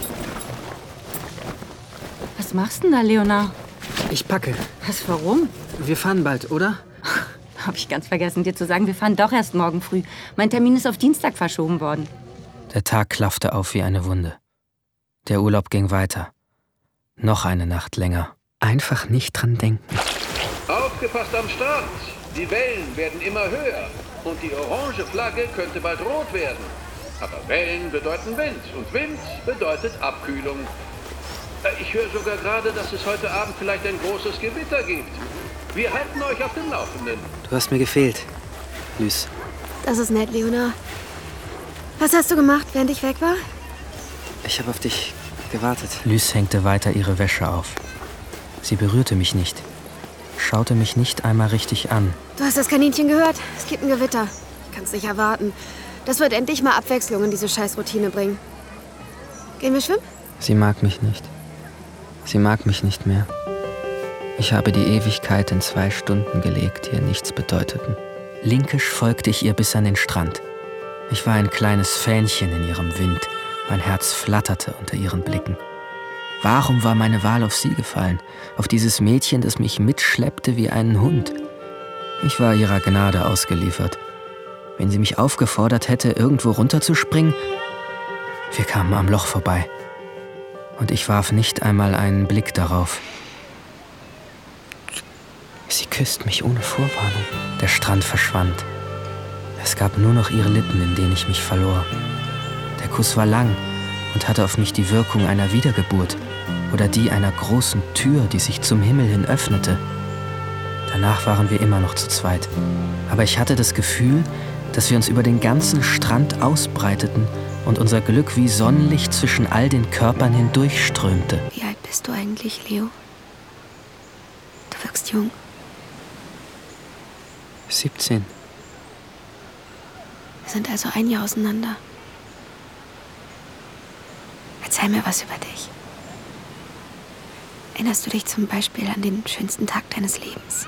Was machst du denn da, Leonard? Ich packe. Was, warum? Wir fahren bald, oder? Hab ich ganz vergessen, dir zu sagen, wir fahren doch erst morgen früh. Mein Termin ist auf Dienstag verschoben worden. Der Tag klaffte auf wie eine Wunde. Der Urlaub ging weiter. Noch eine Nacht länger. Einfach nicht dran denken. Aufgepasst am Strand! Die Wellen werden immer höher und die orange Flagge könnte bald rot werden. Aber Wellen bedeuten Wind und Wind bedeutet Abkühlung. Ich höre sogar gerade, dass es heute Abend vielleicht ein großes Gewitter gibt. Wir halten euch auf dem Laufenden. Du hast mir gefehlt, Lys. Das ist nett, Leonard. Was hast du gemacht, während ich weg war? Ich habe auf dich gewartet. Lys hängte weiter ihre Wäsche auf. Sie berührte mich nicht. Schaute mich nicht einmal richtig an. Du hast das Kaninchen gehört? Es gibt ein Gewitter. Ich kann's nicht erwarten. Das wird endlich mal Abwechslung in diese Scheißroutine bringen. Gehen wir schwimmen? Sie mag mich nicht. Sie mag mich nicht mehr. Ich habe die Ewigkeit in zwei Stunden gelegt, die ihr nichts bedeuteten. Linkisch folgte ich ihr bis an den Strand. Ich war ein kleines Fähnchen in ihrem Wind. Mein Herz flatterte unter ihren Blicken. Warum war meine Wahl auf sie gefallen? Auf dieses Mädchen, das mich mitschleppte wie einen Hund? Ich war ihrer Gnade ausgeliefert. Wenn sie mich aufgefordert hätte, irgendwo runterzuspringen, wir kamen am Loch vorbei. Und ich warf nicht einmal einen Blick darauf. Sie küsst mich ohne Vorwarnung. Der Strand verschwand. Es gab nur noch ihre Lippen, in denen ich mich verlor. Der Kuss war lang und hatte auf mich die Wirkung einer Wiedergeburt oder die einer großen Tür, die sich zum Himmel hin öffnete. Danach waren wir immer noch zu zweit. Aber ich hatte das Gefühl, dass wir uns über den ganzen Strand ausbreiteten und unser Glück wie Sonnenlicht zwischen all den Körpern hindurchströmte. Wie alt bist du eigentlich, Leo? Du wirkst jung. siebzehn. Wir sind also ein Jahr auseinander. Erzähl mir was über dich. Erinnerst du dich zum Beispiel an den schönsten Tag deines Lebens?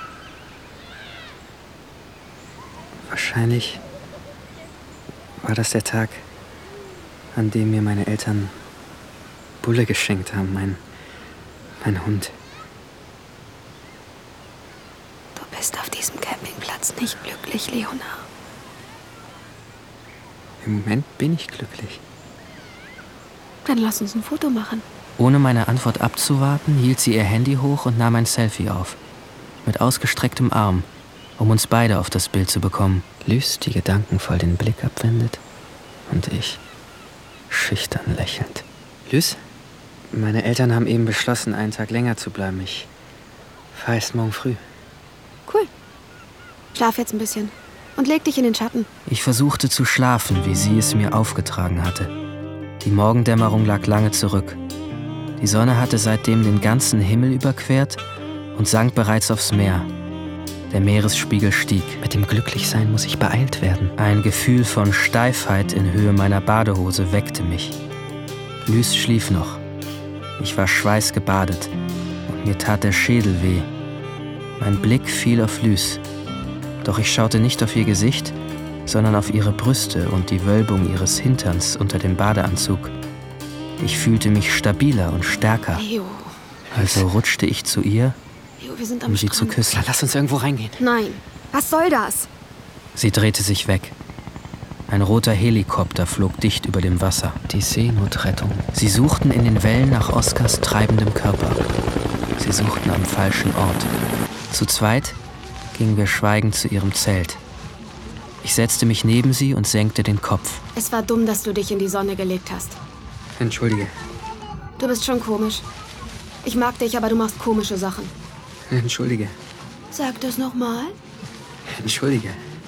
Wahrscheinlich war das der Tag, an dem mir meine Eltern Bulle geschenkt haben, mein, mein Hund. Du bist auf diesem Campingplatz nicht glücklich, Leonard. Im Moment bin ich glücklich. Dann lass uns ein Foto machen. Ohne meine Antwort abzuwarten, hielt sie ihr Handy hoch und nahm ein Selfie auf. Mit ausgestrecktem Arm, um uns beide auf das Bild zu bekommen. Lys, die gedankenvoll den Blick abwendet, und ich, schüchtern lächelnd. Lys, meine Eltern haben eben beschlossen, einen Tag länger zu bleiben. Ich fahre erst morgen früh. Cool. Schlaf jetzt ein bisschen und leg dich in den Schatten. Ich versuchte zu schlafen, wie sie es mir aufgetragen hatte. Die Morgendämmerung lag lange zurück. Die Sonne hatte seitdem den ganzen Himmel überquert und sank bereits aufs Meer. Der Meeresspiegel stieg. Mit dem Glücklichsein muss ich beeilt werden. Ein Gefühl von Steifheit in Höhe meiner Badehose weckte mich. Lys schlief noch. Ich war schweißgebadet und mir tat der Schädel weh. Mein Blick fiel auf Lys. Doch ich schaute nicht auf ihr Gesicht, sondern auf ihre Brüste und die Wölbung ihres Hinterns unter dem Badeanzug. Ich fühlte mich stabiler und stärker. Leo. Also rutschte ich zu ihr, Leo, wir sind am um sie Strand. zu küssen. Lass uns irgendwo reingehen. Nein. Was soll das? Sie drehte sich weg. Ein roter Helikopter flog dicht über dem Wasser. Die Seenotrettung. Sie suchten in den Wellen nach Oskars treibendem Körper. Sie suchten am falschen Ort. Zu zweit gingen wir schweigend zu ihrem Zelt. Ich setzte mich neben sie und senkte den Kopf. Es war dumm, dass du dich in die Sonne gelegt hast. Entschuldige. Du bist schon komisch. Ich mag dich, aber du machst komische Sachen. Entschuldige. Sag das nochmal. Entschuldige.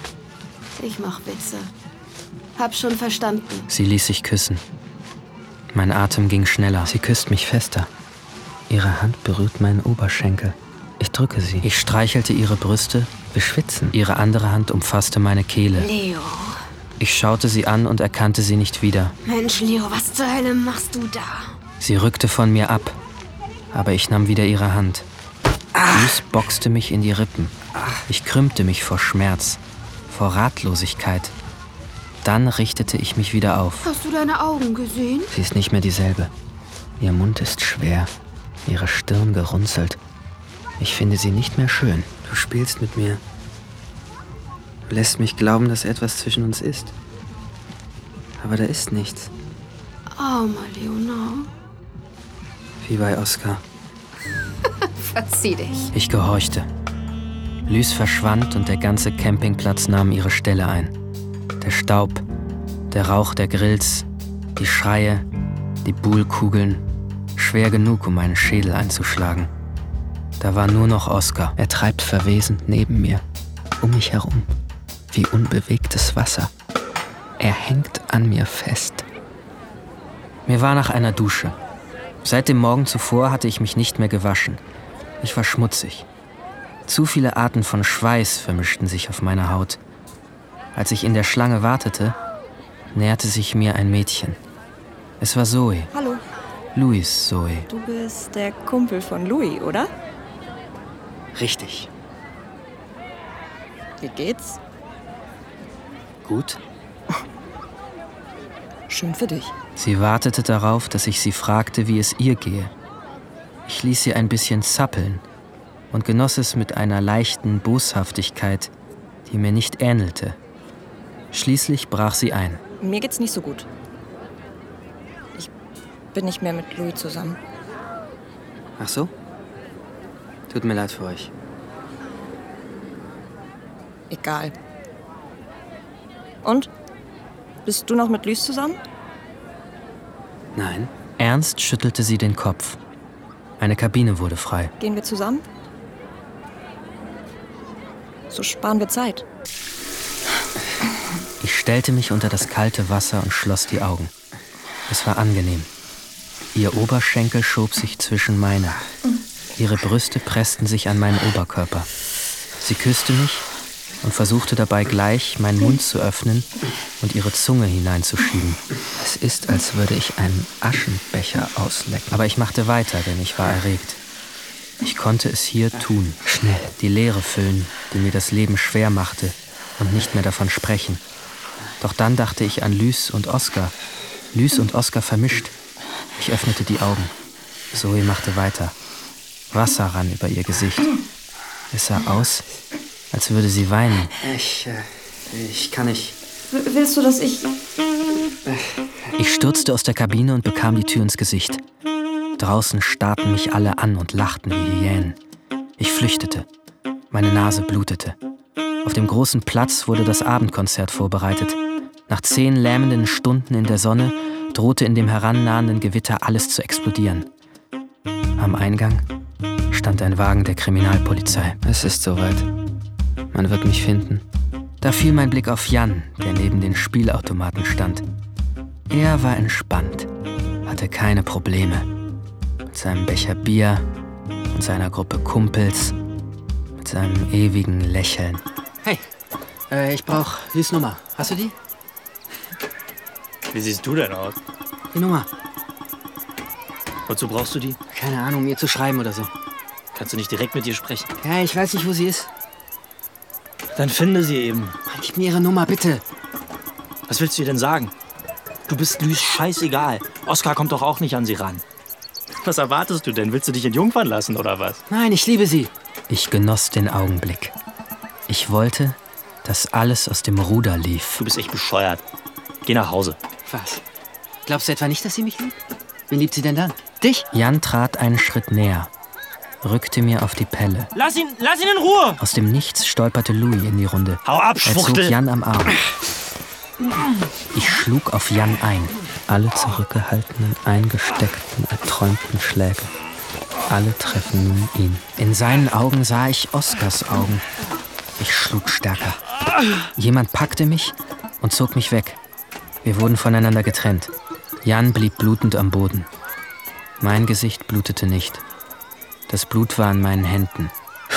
Ich mach Witze. Hab schon verstanden. Sie ließ sich küssen. Mein Atem ging schneller. Sie küsst mich fester. Ihre Hand berührt meinen Oberschenkel. Ich drücke sie. Ich streichelte ihre Brüste. Wir schwitzen. Ihre andere Hand umfasste meine Kehle. Leo. Ich schaute sie an und erkannte sie nicht wieder. Mensch, Leo, was zur Hölle machst du da? Sie rückte von mir ab, aber ich nahm wieder ihre Hand. Lys boxte mich in die Rippen. Ich krümmte mich vor Schmerz, vor Ratlosigkeit. Dann richtete ich mich wieder auf. Hast du deine Augen gesehen? Sie ist nicht mehr dieselbe. Ihr Mund ist schwer, ihre Stirn gerunzelt. Ich finde sie nicht mehr schön. Du spielst mit mir. Du lässt mich glauben, dass etwas zwischen uns ist. Aber da ist nichts. Armer Leonard. Wie bei Oskar. Verzieh dich. Ich gehorchte. Lys verschwand und der ganze Campingplatz nahm ihre Stelle ein. Der Staub, der Rauch der Grills, die Schreie, die Buhlkugeln. Schwer genug, um meinen Schädel einzuschlagen. Da war nur noch Oskar. Er treibt verwesend neben mir, um mich herum, wie unbewegtes Wasser. Er hängt an mir fest. Mir war nach einer Dusche. Seit dem Morgen zuvor hatte ich mich nicht mehr gewaschen. Ich war schmutzig. Zu viele Arten von Schweiß vermischten sich auf meiner Haut. Als ich in der Schlange wartete, näherte sich mir ein Mädchen. Es war Zoe. Hallo. Louis Zoe. Du bist der Kumpel von Louis, oder? Richtig. Wie geht's? Gut. Schön für dich. Sie wartete darauf, dass ich sie fragte, wie es ihr gehe. Ich ließ sie ein bisschen zappeln und genoss es mit einer leichten Boshaftigkeit, die mir nicht ähnelte. Schließlich brach sie ein. Mir geht's nicht so gut. Ich bin nicht mehr mit Louis zusammen. Ach so? Tut mir leid für euch. Egal. Und? Bist du noch mit Louis zusammen? Nein. Ernst schüttelte sie den Kopf. Eine Kabine wurde frei. Gehen wir zusammen? So sparen wir Zeit. Ich stellte mich unter das kalte Wasser und schloss die Augen. Es war angenehm. Ihr Oberschenkel schob sich zwischen meine. Ihre Brüste pressten sich an meinen Oberkörper. Sie küsste mich und versuchte dabei gleich, meinen Mund zu öffnen und ihre Zunge hineinzuschieben. Es ist, als würde ich einen Aschenbecher auslecken. Aber ich machte weiter, denn ich war erregt. Ich konnte es hier tun. Schnell. Die Leere füllen, die mir das Leben schwer machte und nicht mehr davon sprechen. Doch dann dachte ich an Lys und Oskar. Lys und Oskar vermischt. Ich öffnete die Augen. Zoe machte weiter. Wasser rann über ihr Gesicht. Es sah aus, als würde sie weinen. Ich, äh, ich kann nicht. Willst du, dass ich... Ich stürzte aus der Kabine und bekam die Tür ins Gesicht. Draußen starrten mich alle an und lachten wie Hyänen. Ich flüchtete. Meine Nase blutete. Auf dem großen Platz wurde das Abendkonzert vorbereitet. Nach zehn lähmenden Stunden in der Sonne drohte in dem herannahenden Gewitter alles zu explodieren. Am Eingang stand ein Wagen der Kriminalpolizei. Es ist soweit. Man wird mich finden. Da fiel mein Blick auf Jan, der neben den Spielautomaten stand. Er war entspannt, hatte keine Probleme. Mit seinem Becher Bier und seiner Gruppe Kumpels, mit seinem ewigen Lächeln. Hey, äh, ich brauch Lys Nummer. Hast du die? Wie siehst du denn aus? Die Nummer. Wozu brauchst du die? Keine Ahnung, um ihr zu schreiben oder so. Kannst du nicht direkt mit ihr sprechen? Ja, ich weiß nicht, wo sie ist. Dann finde sie eben. Gib mir ihre Nummer, bitte. Was willst du ihr denn sagen? Du bist Lys scheißegal. Oskar kommt doch auch nicht an sie ran. Was erwartest du denn? Willst du dich entjungfern lassen, oder was? Nein, ich liebe sie. Ich genoss den Augenblick. Ich wollte, dass alles aus dem Ruder lief. Du bist echt bescheuert. Geh nach Hause. Was? Glaubst du etwa nicht, dass sie mich liebt? Wen liebt sie denn dann? Dich? Jan trat einen Schritt näher, rückte mir auf die Pelle. Lass ihn, lass ihn in Ruhe! Aus dem Nichts stolperte Louis in die Runde. Hau ab, Schwuchtel! Er zog Jan am Arm. Ich schlug auf Jan ein. Alle zurückgehaltenen, eingesteckten, erträumten Schläge. Alle treffen nun ihn. In seinen Augen sah ich Oskars Augen. Ich schlug stärker. Jemand packte mich und zog mich weg. Wir wurden voneinander getrennt. Jan blieb blutend am Boden. Mein Gesicht blutete nicht. Das Blut war an meinen Händen.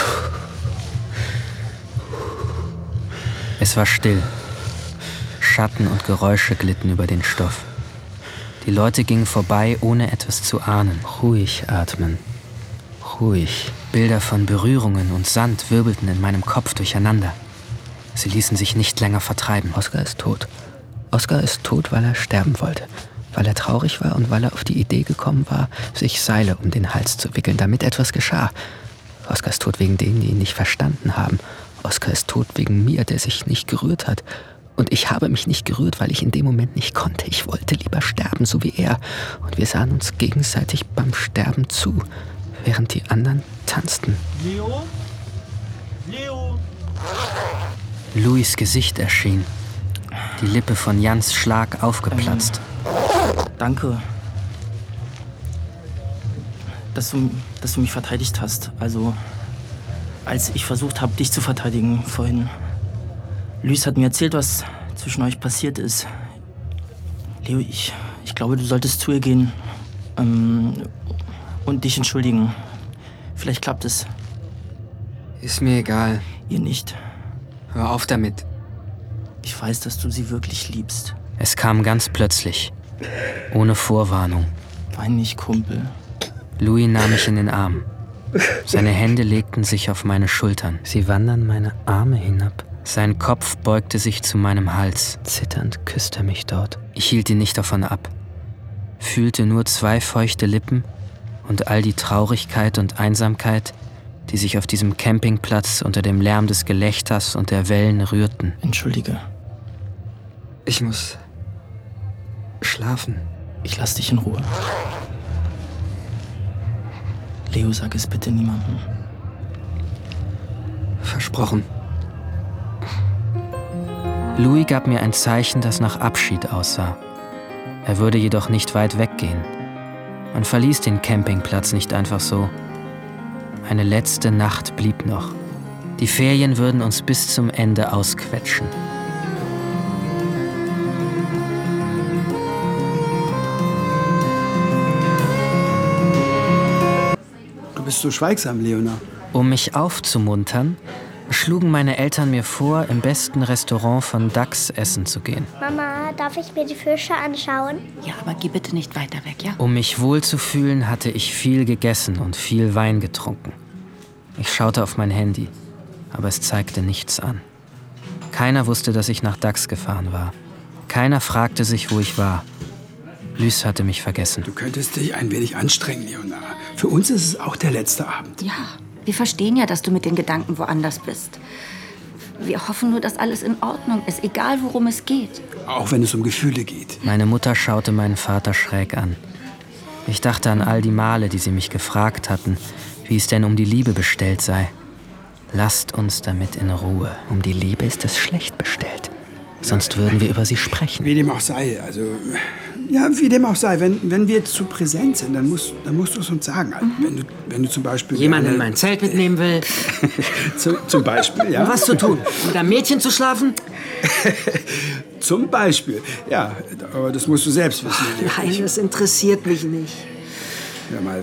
Es war still. Schatten und Geräusche glitten über den Stoff. Die Leute gingen vorbei, ohne etwas zu ahnen. Ruhig atmen. Ruhig. Bilder von Berührungen und Sand wirbelten in meinem Kopf durcheinander. Sie ließen sich nicht länger vertreiben. Oskar ist tot. Oskar ist tot, weil er sterben wollte. Weil er traurig war und weil er auf die Idee gekommen war, sich Seile um den Hals zu wickeln, damit etwas geschah. Oskar ist tot wegen denen, die ihn nicht verstanden haben. Oskar ist tot wegen mir, der sich nicht gerührt hat. Und ich habe mich nicht gerührt, weil ich in dem Moment nicht konnte. Ich wollte lieber sterben, so wie er. Und wir sahen uns gegenseitig beim Sterben zu, während die anderen tanzten. Leo? Leo? Louis' Gesicht erschien. Die Lippe von Jans Schlag aufgeplatzt. Ähm, danke. Dass du, dass du mich verteidigt hast. Also, als ich versucht habe, dich zu verteidigen vorhin. Luis hat mir erzählt, was zwischen euch passiert ist. Leo, ich, ich glaube, du solltest zu ihr gehen ähm, und dich entschuldigen. Vielleicht klappt es. Ist mir egal. Ihr nicht. Hör auf damit. Ich weiß, dass du sie wirklich liebst. Es kam ganz plötzlich, ohne Vorwarnung. Wein nicht, Kumpel. Louis nahm mich in den Arm. Seine Hände legten sich auf meine Schultern. Sie wandern meine Arme hinab. Sein Kopf beugte sich zu meinem Hals. Zitternd küsste er mich dort. Ich hielt ihn nicht davon ab. Fühlte nur zwei feuchte Lippen und all die Traurigkeit und Einsamkeit, die sich auf diesem Campingplatz unter dem Lärm des Gelächters und der Wellen rührten. Entschuldige. Ich muss schlafen. Ich lass dich in Ruhe. Leo, sag es bitte niemandem. Versprochen. Louis gab mir ein Zeichen, das nach Abschied aussah. Er würde jedoch nicht weit weggehen. Man verließ den Campingplatz nicht einfach so. Eine letzte Nacht blieb noch. Die Ferien würden uns bis zum Ende ausquetschen. Du bist so schweigsam, Leona. Um mich aufzumuntern, schlugen meine Eltern mir vor, im besten Restaurant von Dax essen zu gehen. Mama, darf ich mir die Fische anschauen? Ja, aber geh bitte nicht weiter weg, ja? Um mich wohlzufühlen, hatte ich viel gegessen und viel Wein getrunken. Ich schaute auf mein Handy, aber es zeigte nichts an. Keiner wusste, dass ich nach Dax gefahren war. Keiner fragte sich, wo ich war. Luis hatte mich vergessen. Du könntest dich ein wenig anstrengen, Leona. Für uns ist es auch der letzte Abend. Ja, wir verstehen ja, dass du mit den Gedanken woanders bist. Wir hoffen nur, dass alles in Ordnung ist, egal worum es geht. Auch wenn es um Gefühle geht. Meine Mutter schaute meinen Vater schräg an. Ich dachte an all die Male, die sie mich gefragt hatten, wie es denn um die Liebe bestellt sei. Lasst uns damit in Ruhe. Um die Liebe ist es schlecht bestellt. Sonst würden wir über sie sprechen. Wie dem auch sei, also... Ja, wie dem auch sei, wenn, wenn wir zu präsent sind, dann musst, dann musst du es uns sagen. Also, wenn, du, wenn du zum Beispiel... Jemanden in mein Zelt mitnehmen will. zu, zum Beispiel, ja. Um was zu tun? Mit einem Mädchen zu schlafen? Zum Beispiel, ja. Aber das musst du selbst wissen. Ach, nein, das interessiert mich nicht. Hör mal,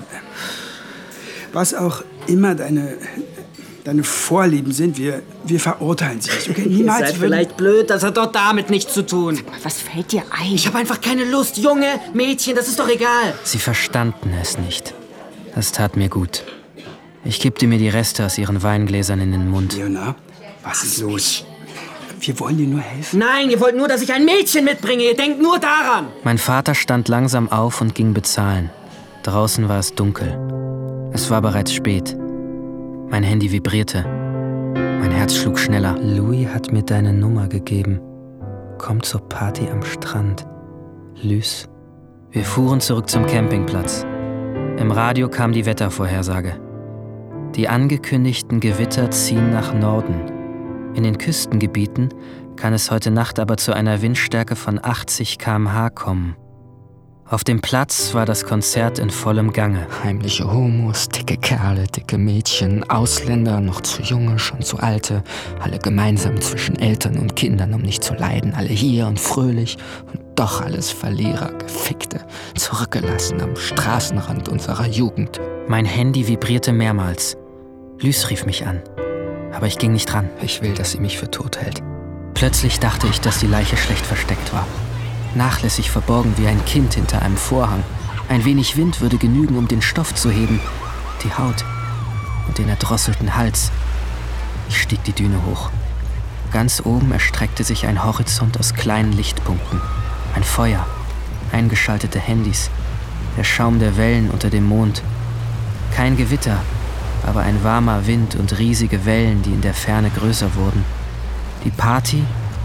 was auch immer deine... Deine Vorlieben sind, wir, wir verurteilen sie nicht. Okay? Niemals Ihr seid vielleicht blöd, das hat doch damit nichts zu tun. Was fällt dir ein? Ich habe einfach keine Lust. Junge, Mädchen, das ist doch egal. Sie verstanden es nicht. Das tat mir gut. Ich kippte mir die Reste aus ihren Weingläsern in den Mund. Leona, was ist los? Wir wollen dir nur helfen. Nein, ihr wollt nur, dass ich ein Mädchen mitbringe. Ihr denkt nur daran. Mein Vater stand langsam auf und ging bezahlen. Draußen war es dunkel. Es war bereits spät. Mein Handy vibrierte. Mein Herz schlug schneller. Louis hat mir deine Nummer gegeben. Komm zur Party am Strand. Luis. Wir fuhren zurück zum Campingplatz. Im Radio kam die Wettervorhersage. Die angekündigten Gewitter ziehen nach Norden. In den Küstengebieten kann es heute Nacht aber zu einer Windstärke von achtzig Kilometer pro Stunde kommen. Auf dem Platz war das Konzert in vollem Gange. Heimliche Homos, dicke Kerle, dicke Mädchen, Ausländer, noch zu junge, schon zu alte, alle gemeinsam zwischen Eltern und Kindern, um nicht zu leiden, alle hier und fröhlich und doch alles Verlierer, Gefickte, zurückgelassen am Straßenrand unserer Jugend. Mein Handy vibrierte mehrmals. Luis rief mich an, aber ich ging nicht ran. Ich will, dass sie mich für tot hält. Plötzlich dachte ich, dass die Leiche schlecht versteckt war. Nachlässig verborgen wie ein Kind hinter einem Vorhang. Ein wenig Wind würde genügen, um den Stoff zu heben, die Haut und den erdrosselten Hals. Ich stieg die Düne hoch. Ganz oben erstreckte sich ein Horizont aus kleinen Lichtpunkten. Ein Feuer, eingeschaltete Handys, der Schaum der Wellen unter dem Mond. Kein Gewitter, aber ein warmer Wind und riesige Wellen, die in der Ferne größer wurden. Die Party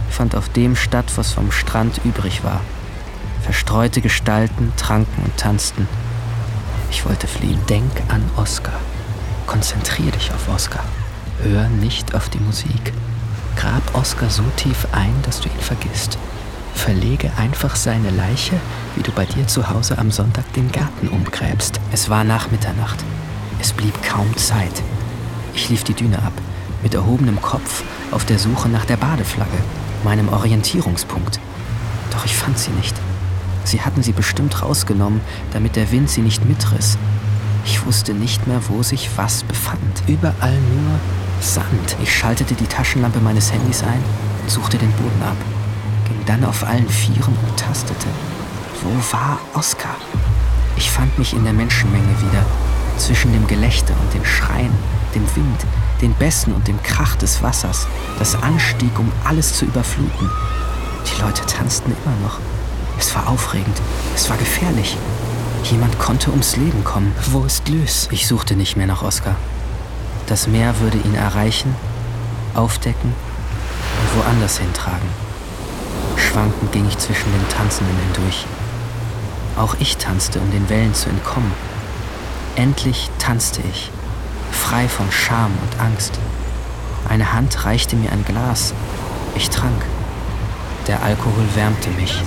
fand auf dem statt, was vom Strand übrig war. Verstreute Gestalten tranken und tanzten. Ich wollte fliehen. Denk an Oskar. Konzentrier dich auf Oskar. Hör nicht auf die Musik. Grab Oskar so tief ein, dass du ihn vergisst. Verlege einfach seine Leiche, wie du bei dir zu Hause am Sonntag den Garten umgräbst. Es war nach Mitternacht. Es blieb kaum Zeit. Ich lief die Düne ab, mit erhobenem Kopf, auf der Suche nach der Badeflagge, meinem Orientierungspunkt. Doch ich fand sie nicht. Sie hatten sie bestimmt rausgenommen, damit der Wind sie nicht mitriss. Ich wusste nicht mehr, wo sich was befand. Überall nur Sand. Ich schaltete die Taschenlampe meines Handys ein und suchte den Boden ab. Ging dann auf allen Vieren und tastete. Wo war Oskar? Ich fand mich in der Menschenmenge wieder, zwischen dem Gelächter und den Schreien, dem Wind, den Bässen und dem Krach des Wassers, das anstieg, um alles zu überfluten. Die Leute tanzten immer noch. Es war aufregend, es war gefährlich. Jemand konnte ums Leben kommen. Wo ist Lys? Ich suchte nicht mehr nach Oskar. Das Meer würde ihn erreichen, aufdecken und woanders hintragen. Schwankend ging ich zwischen den Tanzenden hindurch. Auch ich tanzte, um den Wellen zu entkommen. Endlich tanzte ich, frei von Scham und Angst. Eine Hand reichte mir ein Glas. Ich trank. Der Alkohol wärmte mich.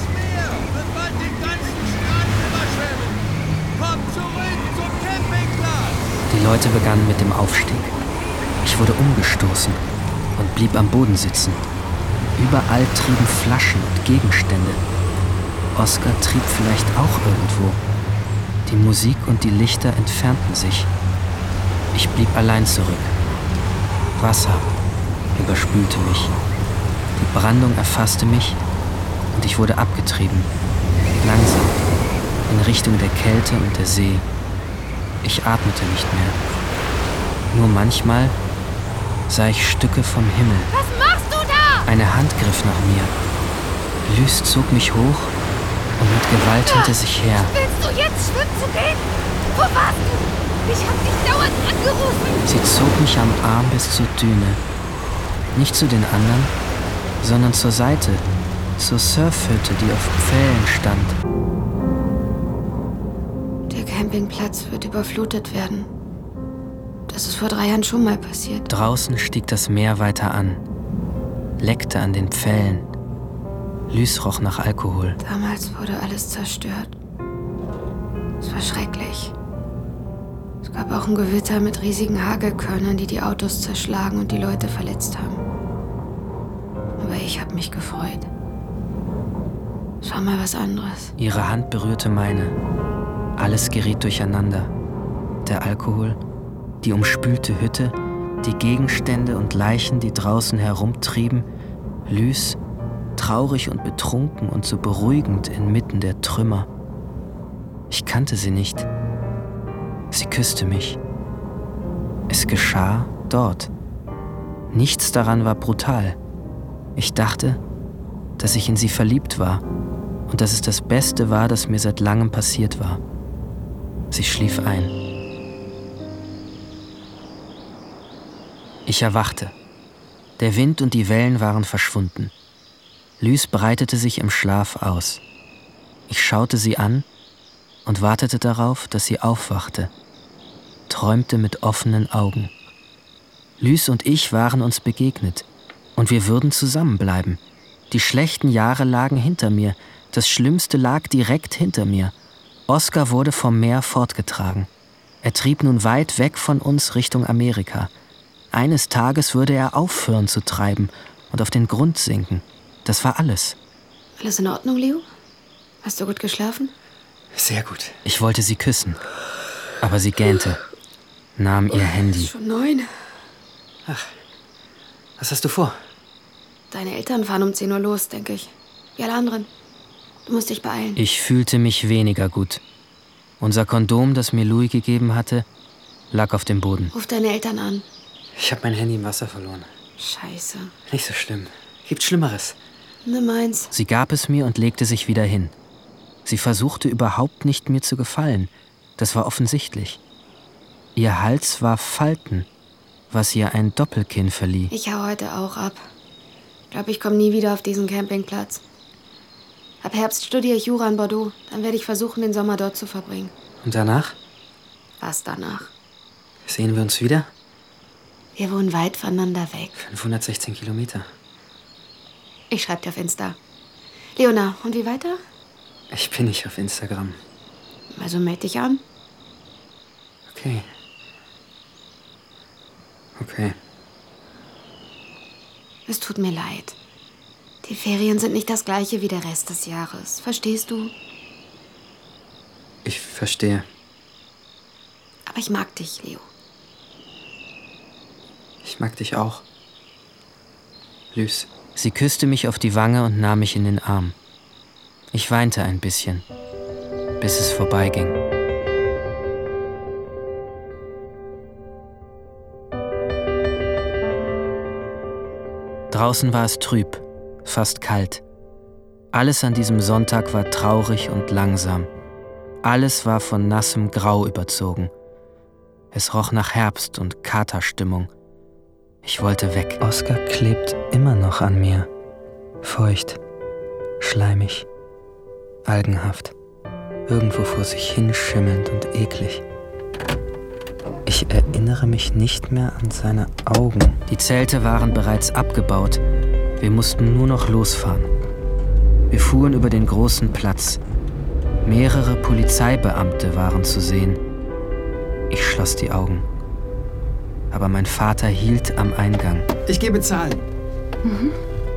Die Leute begannen mit dem Aufstieg. Ich wurde umgestoßen und blieb am Boden sitzen. Überall trieben Flaschen und Gegenstände. Oskar trieb vielleicht auch irgendwo. Die Musik und die Lichter entfernten sich. Ich blieb allein zurück. Wasser überspülte mich. Die Brandung erfasste mich und ich wurde abgetrieben. Langsam, in Richtung der Kälte und der See. Ich atmete nicht mehr. Nur manchmal sah ich Stücke vom Himmel. Was machst du da? Eine Hand griff nach mir. Lys zog mich hoch und mit Gewalt hinter sich her. Willst du jetzt schwimmen zu gehen? Wo warst du? Ich hab dich dauernd angerufen. Sie zog mich am Arm bis zur Düne. Nicht zu den anderen, sondern zur Seite, zur Surfhütte, die auf Pfählen stand. Der Campingplatz wird überflutet werden. Das ist vor drei Jahren schon mal passiert. Draußen stieg das Meer weiter an, leckte an den Pfählen. Lys roch nach Alkohol. Damals wurde alles zerstört. Es war schrecklich. Es gab auch ein Gewitter mit riesigen Hagelkörnern, die die Autos zerschlagen und die Leute verletzt haben. Aber ich habe mich gefreut. Es war mal was anderes. Ihre Hand berührte meine. Alles geriet durcheinander. Der Alkohol, die umspülte Hütte, die Gegenstände und Leichen, die draußen herumtrieben, Lys, traurig und betrunken und so beruhigend inmitten der Trümmer. Ich kannte sie nicht. Sie küsste mich. Es geschah dort. Nichts daran war brutal. Ich dachte, dass ich in sie verliebt war und dass es das Beste war, das mir seit langem passiert war. Sie schlief ein. Ich erwachte. Der Wind und die Wellen waren verschwunden. Lys breitete sich im Schlaf aus. Ich schaute sie an und wartete darauf, dass sie aufwachte, träumte mit offenen Augen. Lys und ich waren uns begegnet und wir würden zusammenbleiben. Die schlechten Jahre lagen hinter mir, das Schlimmste lag direkt hinter mir. Oskar wurde vom Meer fortgetragen. Er trieb nun weit weg von uns Richtung Amerika. Eines Tages würde er aufhören zu treiben und auf den Grund sinken. Das war alles. Alles in Ordnung, Leo? Hast du gut geschlafen? Sehr gut. Ich wollte sie küssen, aber sie gähnte, nahm ihr Handy. Es ist schon neun. Ach, was hast du vor? Deine Eltern fahren um zehn Uhr los, denke ich. Wie alle anderen. Du musst dich beeilen. Ich fühlte mich weniger gut. Unser Kondom, das mir Louis gegeben hatte, lag auf dem Boden. Ruf deine Eltern an. Ich habe mein Handy im Wasser verloren. Scheiße. Nicht so schlimm. Gibt Schlimmeres. Nimm eins. Sie gab es mir und legte sich wieder hin. Sie versuchte überhaupt nicht, mir zu gefallen. Das war offensichtlich. Ihr Hals war Falten, was ihr ein Doppelkinn verlieh. Ich hau heute auch ab. glaube, ich komme nie wieder auf diesen Campingplatz. Ab Herbst studiere ich Jura in Bordeaux. Dann werde ich versuchen, den Sommer dort zu verbringen. Und danach? Was danach? Sehen wir uns wieder? Wir wohnen weit voneinander weg. fünfhundertsechzehn Kilometer. Ich schreibe dir auf Insta. Leona, und wie weiter? Ich bin nicht auf Instagram. Also melde dich an. Okay. Okay. Es tut mir leid. Die Ferien sind nicht das gleiche wie der Rest des Jahres. Verstehst du? Ich verstehe. Aber ich mag dich, Leo. Ich mag dich auch. Lys. Sie küsste mich auf die Wange und nahm mich in den Arm. Ich weinte ein bisschen, bis es vorbeiging. Draußen war es trüb, fast kalt. Alles an diesem Sonntag war traurig und langsam. Alles war von nassem Grau überzogen. Es roch nach Herbst und Katerstimmung. Ich wollte weg. Oskar klebt immer noch an mir. Feucht, schleimig, algenhaft. Irgendwo vor sich hin schimmelnd und eklig. Ich erinnere mich nicht mehr an seine Augen. Die Zelte waren bereits abgebaut. Wir mussten nur noch losfahren. Wir fuhren über den großen Platz. Mehrere Polizeibeamte waren zu sehen. Ich schloss die Augen. Aber mein Vater hielt am Eingang. Ich gebe Zahlen. Mhm.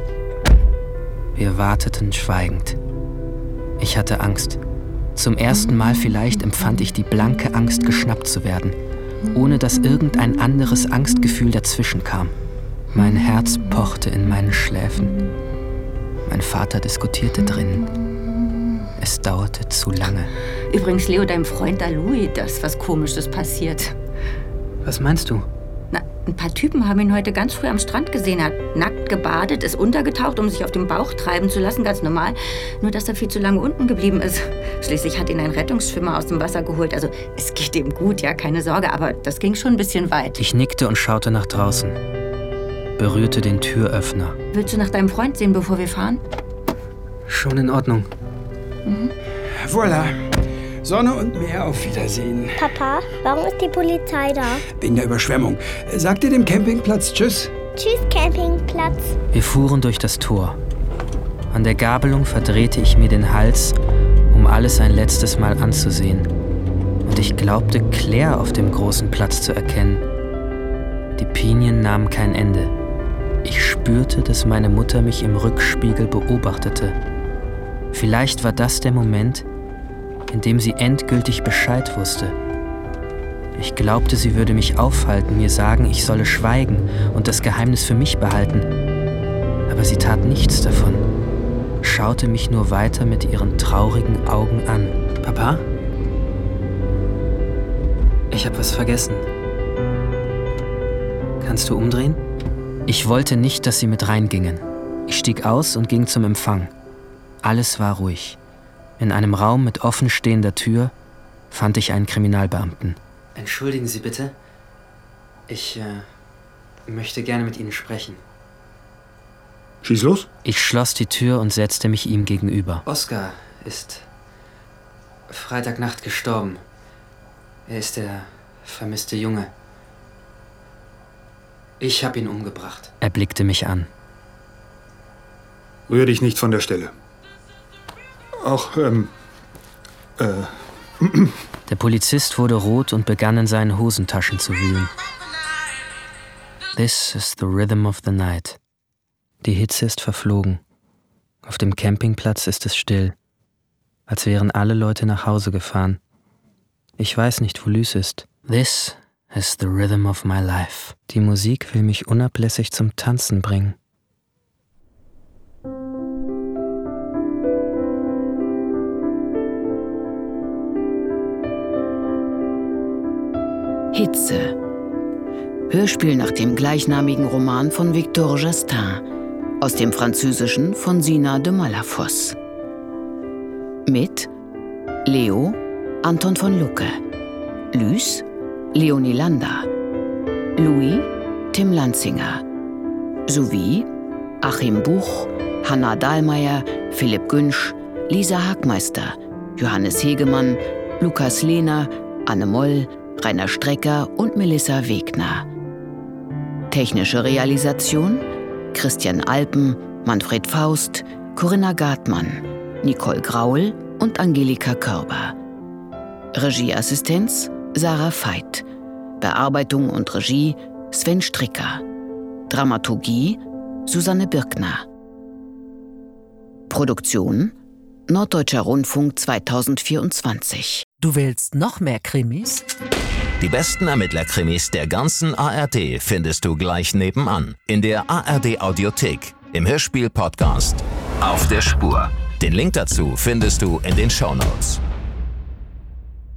Wir warteten schweigend. Ich hatte Angst. Zum ersten Mal vielleicht empfand ich die blanke Angst, geschnappt zu werden, ohne dass irgendein anderes Angstgefühl dazwischen kam. Mein Herz pochte in meinen Schläfen. Mein Vater diskutierte drinnen. Es dauerte zu lange. Übrigens, Leo, deinem Freund da Louis, da ist was Komisches passiert. Was meinst du? Na, ein paar Typen haben ihn heute ganz früh am Strand gesehen. Er hat nackt gebadet, ist untergetaucht, um sich auf dem Bauch treiben zu lassen, ganz normal. Nur, dass er viel zu lange unten geblieben ist. Schließlich hat ihn ein Rettungsschwimmer aus dem Wasser geholt. Also, es geht ihm gut, ja, keine Sorge. Aber das ging schon ein bisschen weit. Ich nickte und schaute nach draußen. Berührte den Türöffner. Willst du nach deinem Freund sehen, bevor wir fahren? Schon in Ordnung. Mhm. Voilà. Sonne und Meer, auf Wiedersehen. Papa, warum ist die Polizei da? Wegen der Überschwemmung. Sagt ihr dem Campingplatz Tschüss? Tschüss, Campingplatz. Wir fuhren durch das Tor. An der Gabelung verdrehte ich mir den Hals, um alles ein letztes Mal anzusehen. Und ich glaubte, Claire auf dem großen Platz zu erkennen. Die Pinien nahmen kein Ende. Ich spürte, dass meine Mutter mich im Rückspiegel beobachtete. Vielleicht war das der Moment, in dem sie endgültig Bescheid wusste. Ich glaubte, sie würde mich aufhalten, mir sagen, ich solle schweigen und das Geheimnis für mich behalten. Aber sie tat nichts davon, schaute mich nur weiter mit ihren traurigen Augen an. Papa? Ich habe was vergessen. Kannst du umdrehen? Ich wollte nicht, dass sie mit reingingen. Ich stieg aus und ging zum Empfang. Alles war ruhig. In einem Raum mit offenstehender Tür fand ich einen Kriminalbeamten. Entschuldigen Sie bitte. Ich äh, möchte gerne mit Ihnen sprechen. Schieß los. Ich schloss die Tür und setzte mich ihm gegenüber. Oskar ist Freitagnacht gestorben. Er ist der vermisste Junge. Ich habe ihn umgebracht. Er blickte mich an. Rühr dich nicht von der Stelle. Auch, ähm, äh... Der Polizist wurde rot und begann in seinen Hosentaschen zu wühlen. This is the rhythm of the night. Die Hitze ist verflogen. Auf dem Campingplatz ist es still, als wären alle Leute nach Hause gefahren. Ich weiß nicht, wo Lys ist. This is the rhythm of my life. Die Musik will mich unablässig zum Tanzen bringen. Hitze. Hörspiel nach dem gleichnamigen Roman von Victor Jastin, aus dem Französischen von Sina de Malafosse. Mit Leo, Anton von Lucke, Lys, Leonie Landa, Louis, Tim Lanzinger, sowie Achim Buch, Hanna Dahlmeier, Philipp Günsch, Lisa Hagmeister, Johannes Hegemann, Lukas Lehner, Anne Moll, Rainer Strecker und Melissa Wegner. Technische Realisation: Christian Alpen, Manfred Faust, Corinna Gartmann, Nicole Graul und Angelika Körber. Regieassistenz: Sarah Veit. Bearbeitung und Regie: Sven Stricker. Dramaturgie: Susanne Birkner. Produktion: Norddeutscher Rundfunk zweitausendvierundzwanzig. Du willst noch mehr Krimis? Die besten Ermittlerkrimis der ganzen A R D findest du gleich nebenan. In der A R D Audiothek, im Hörspiel-Podcast Auf der Spur. Den Link dazu findest du in den Shownotes.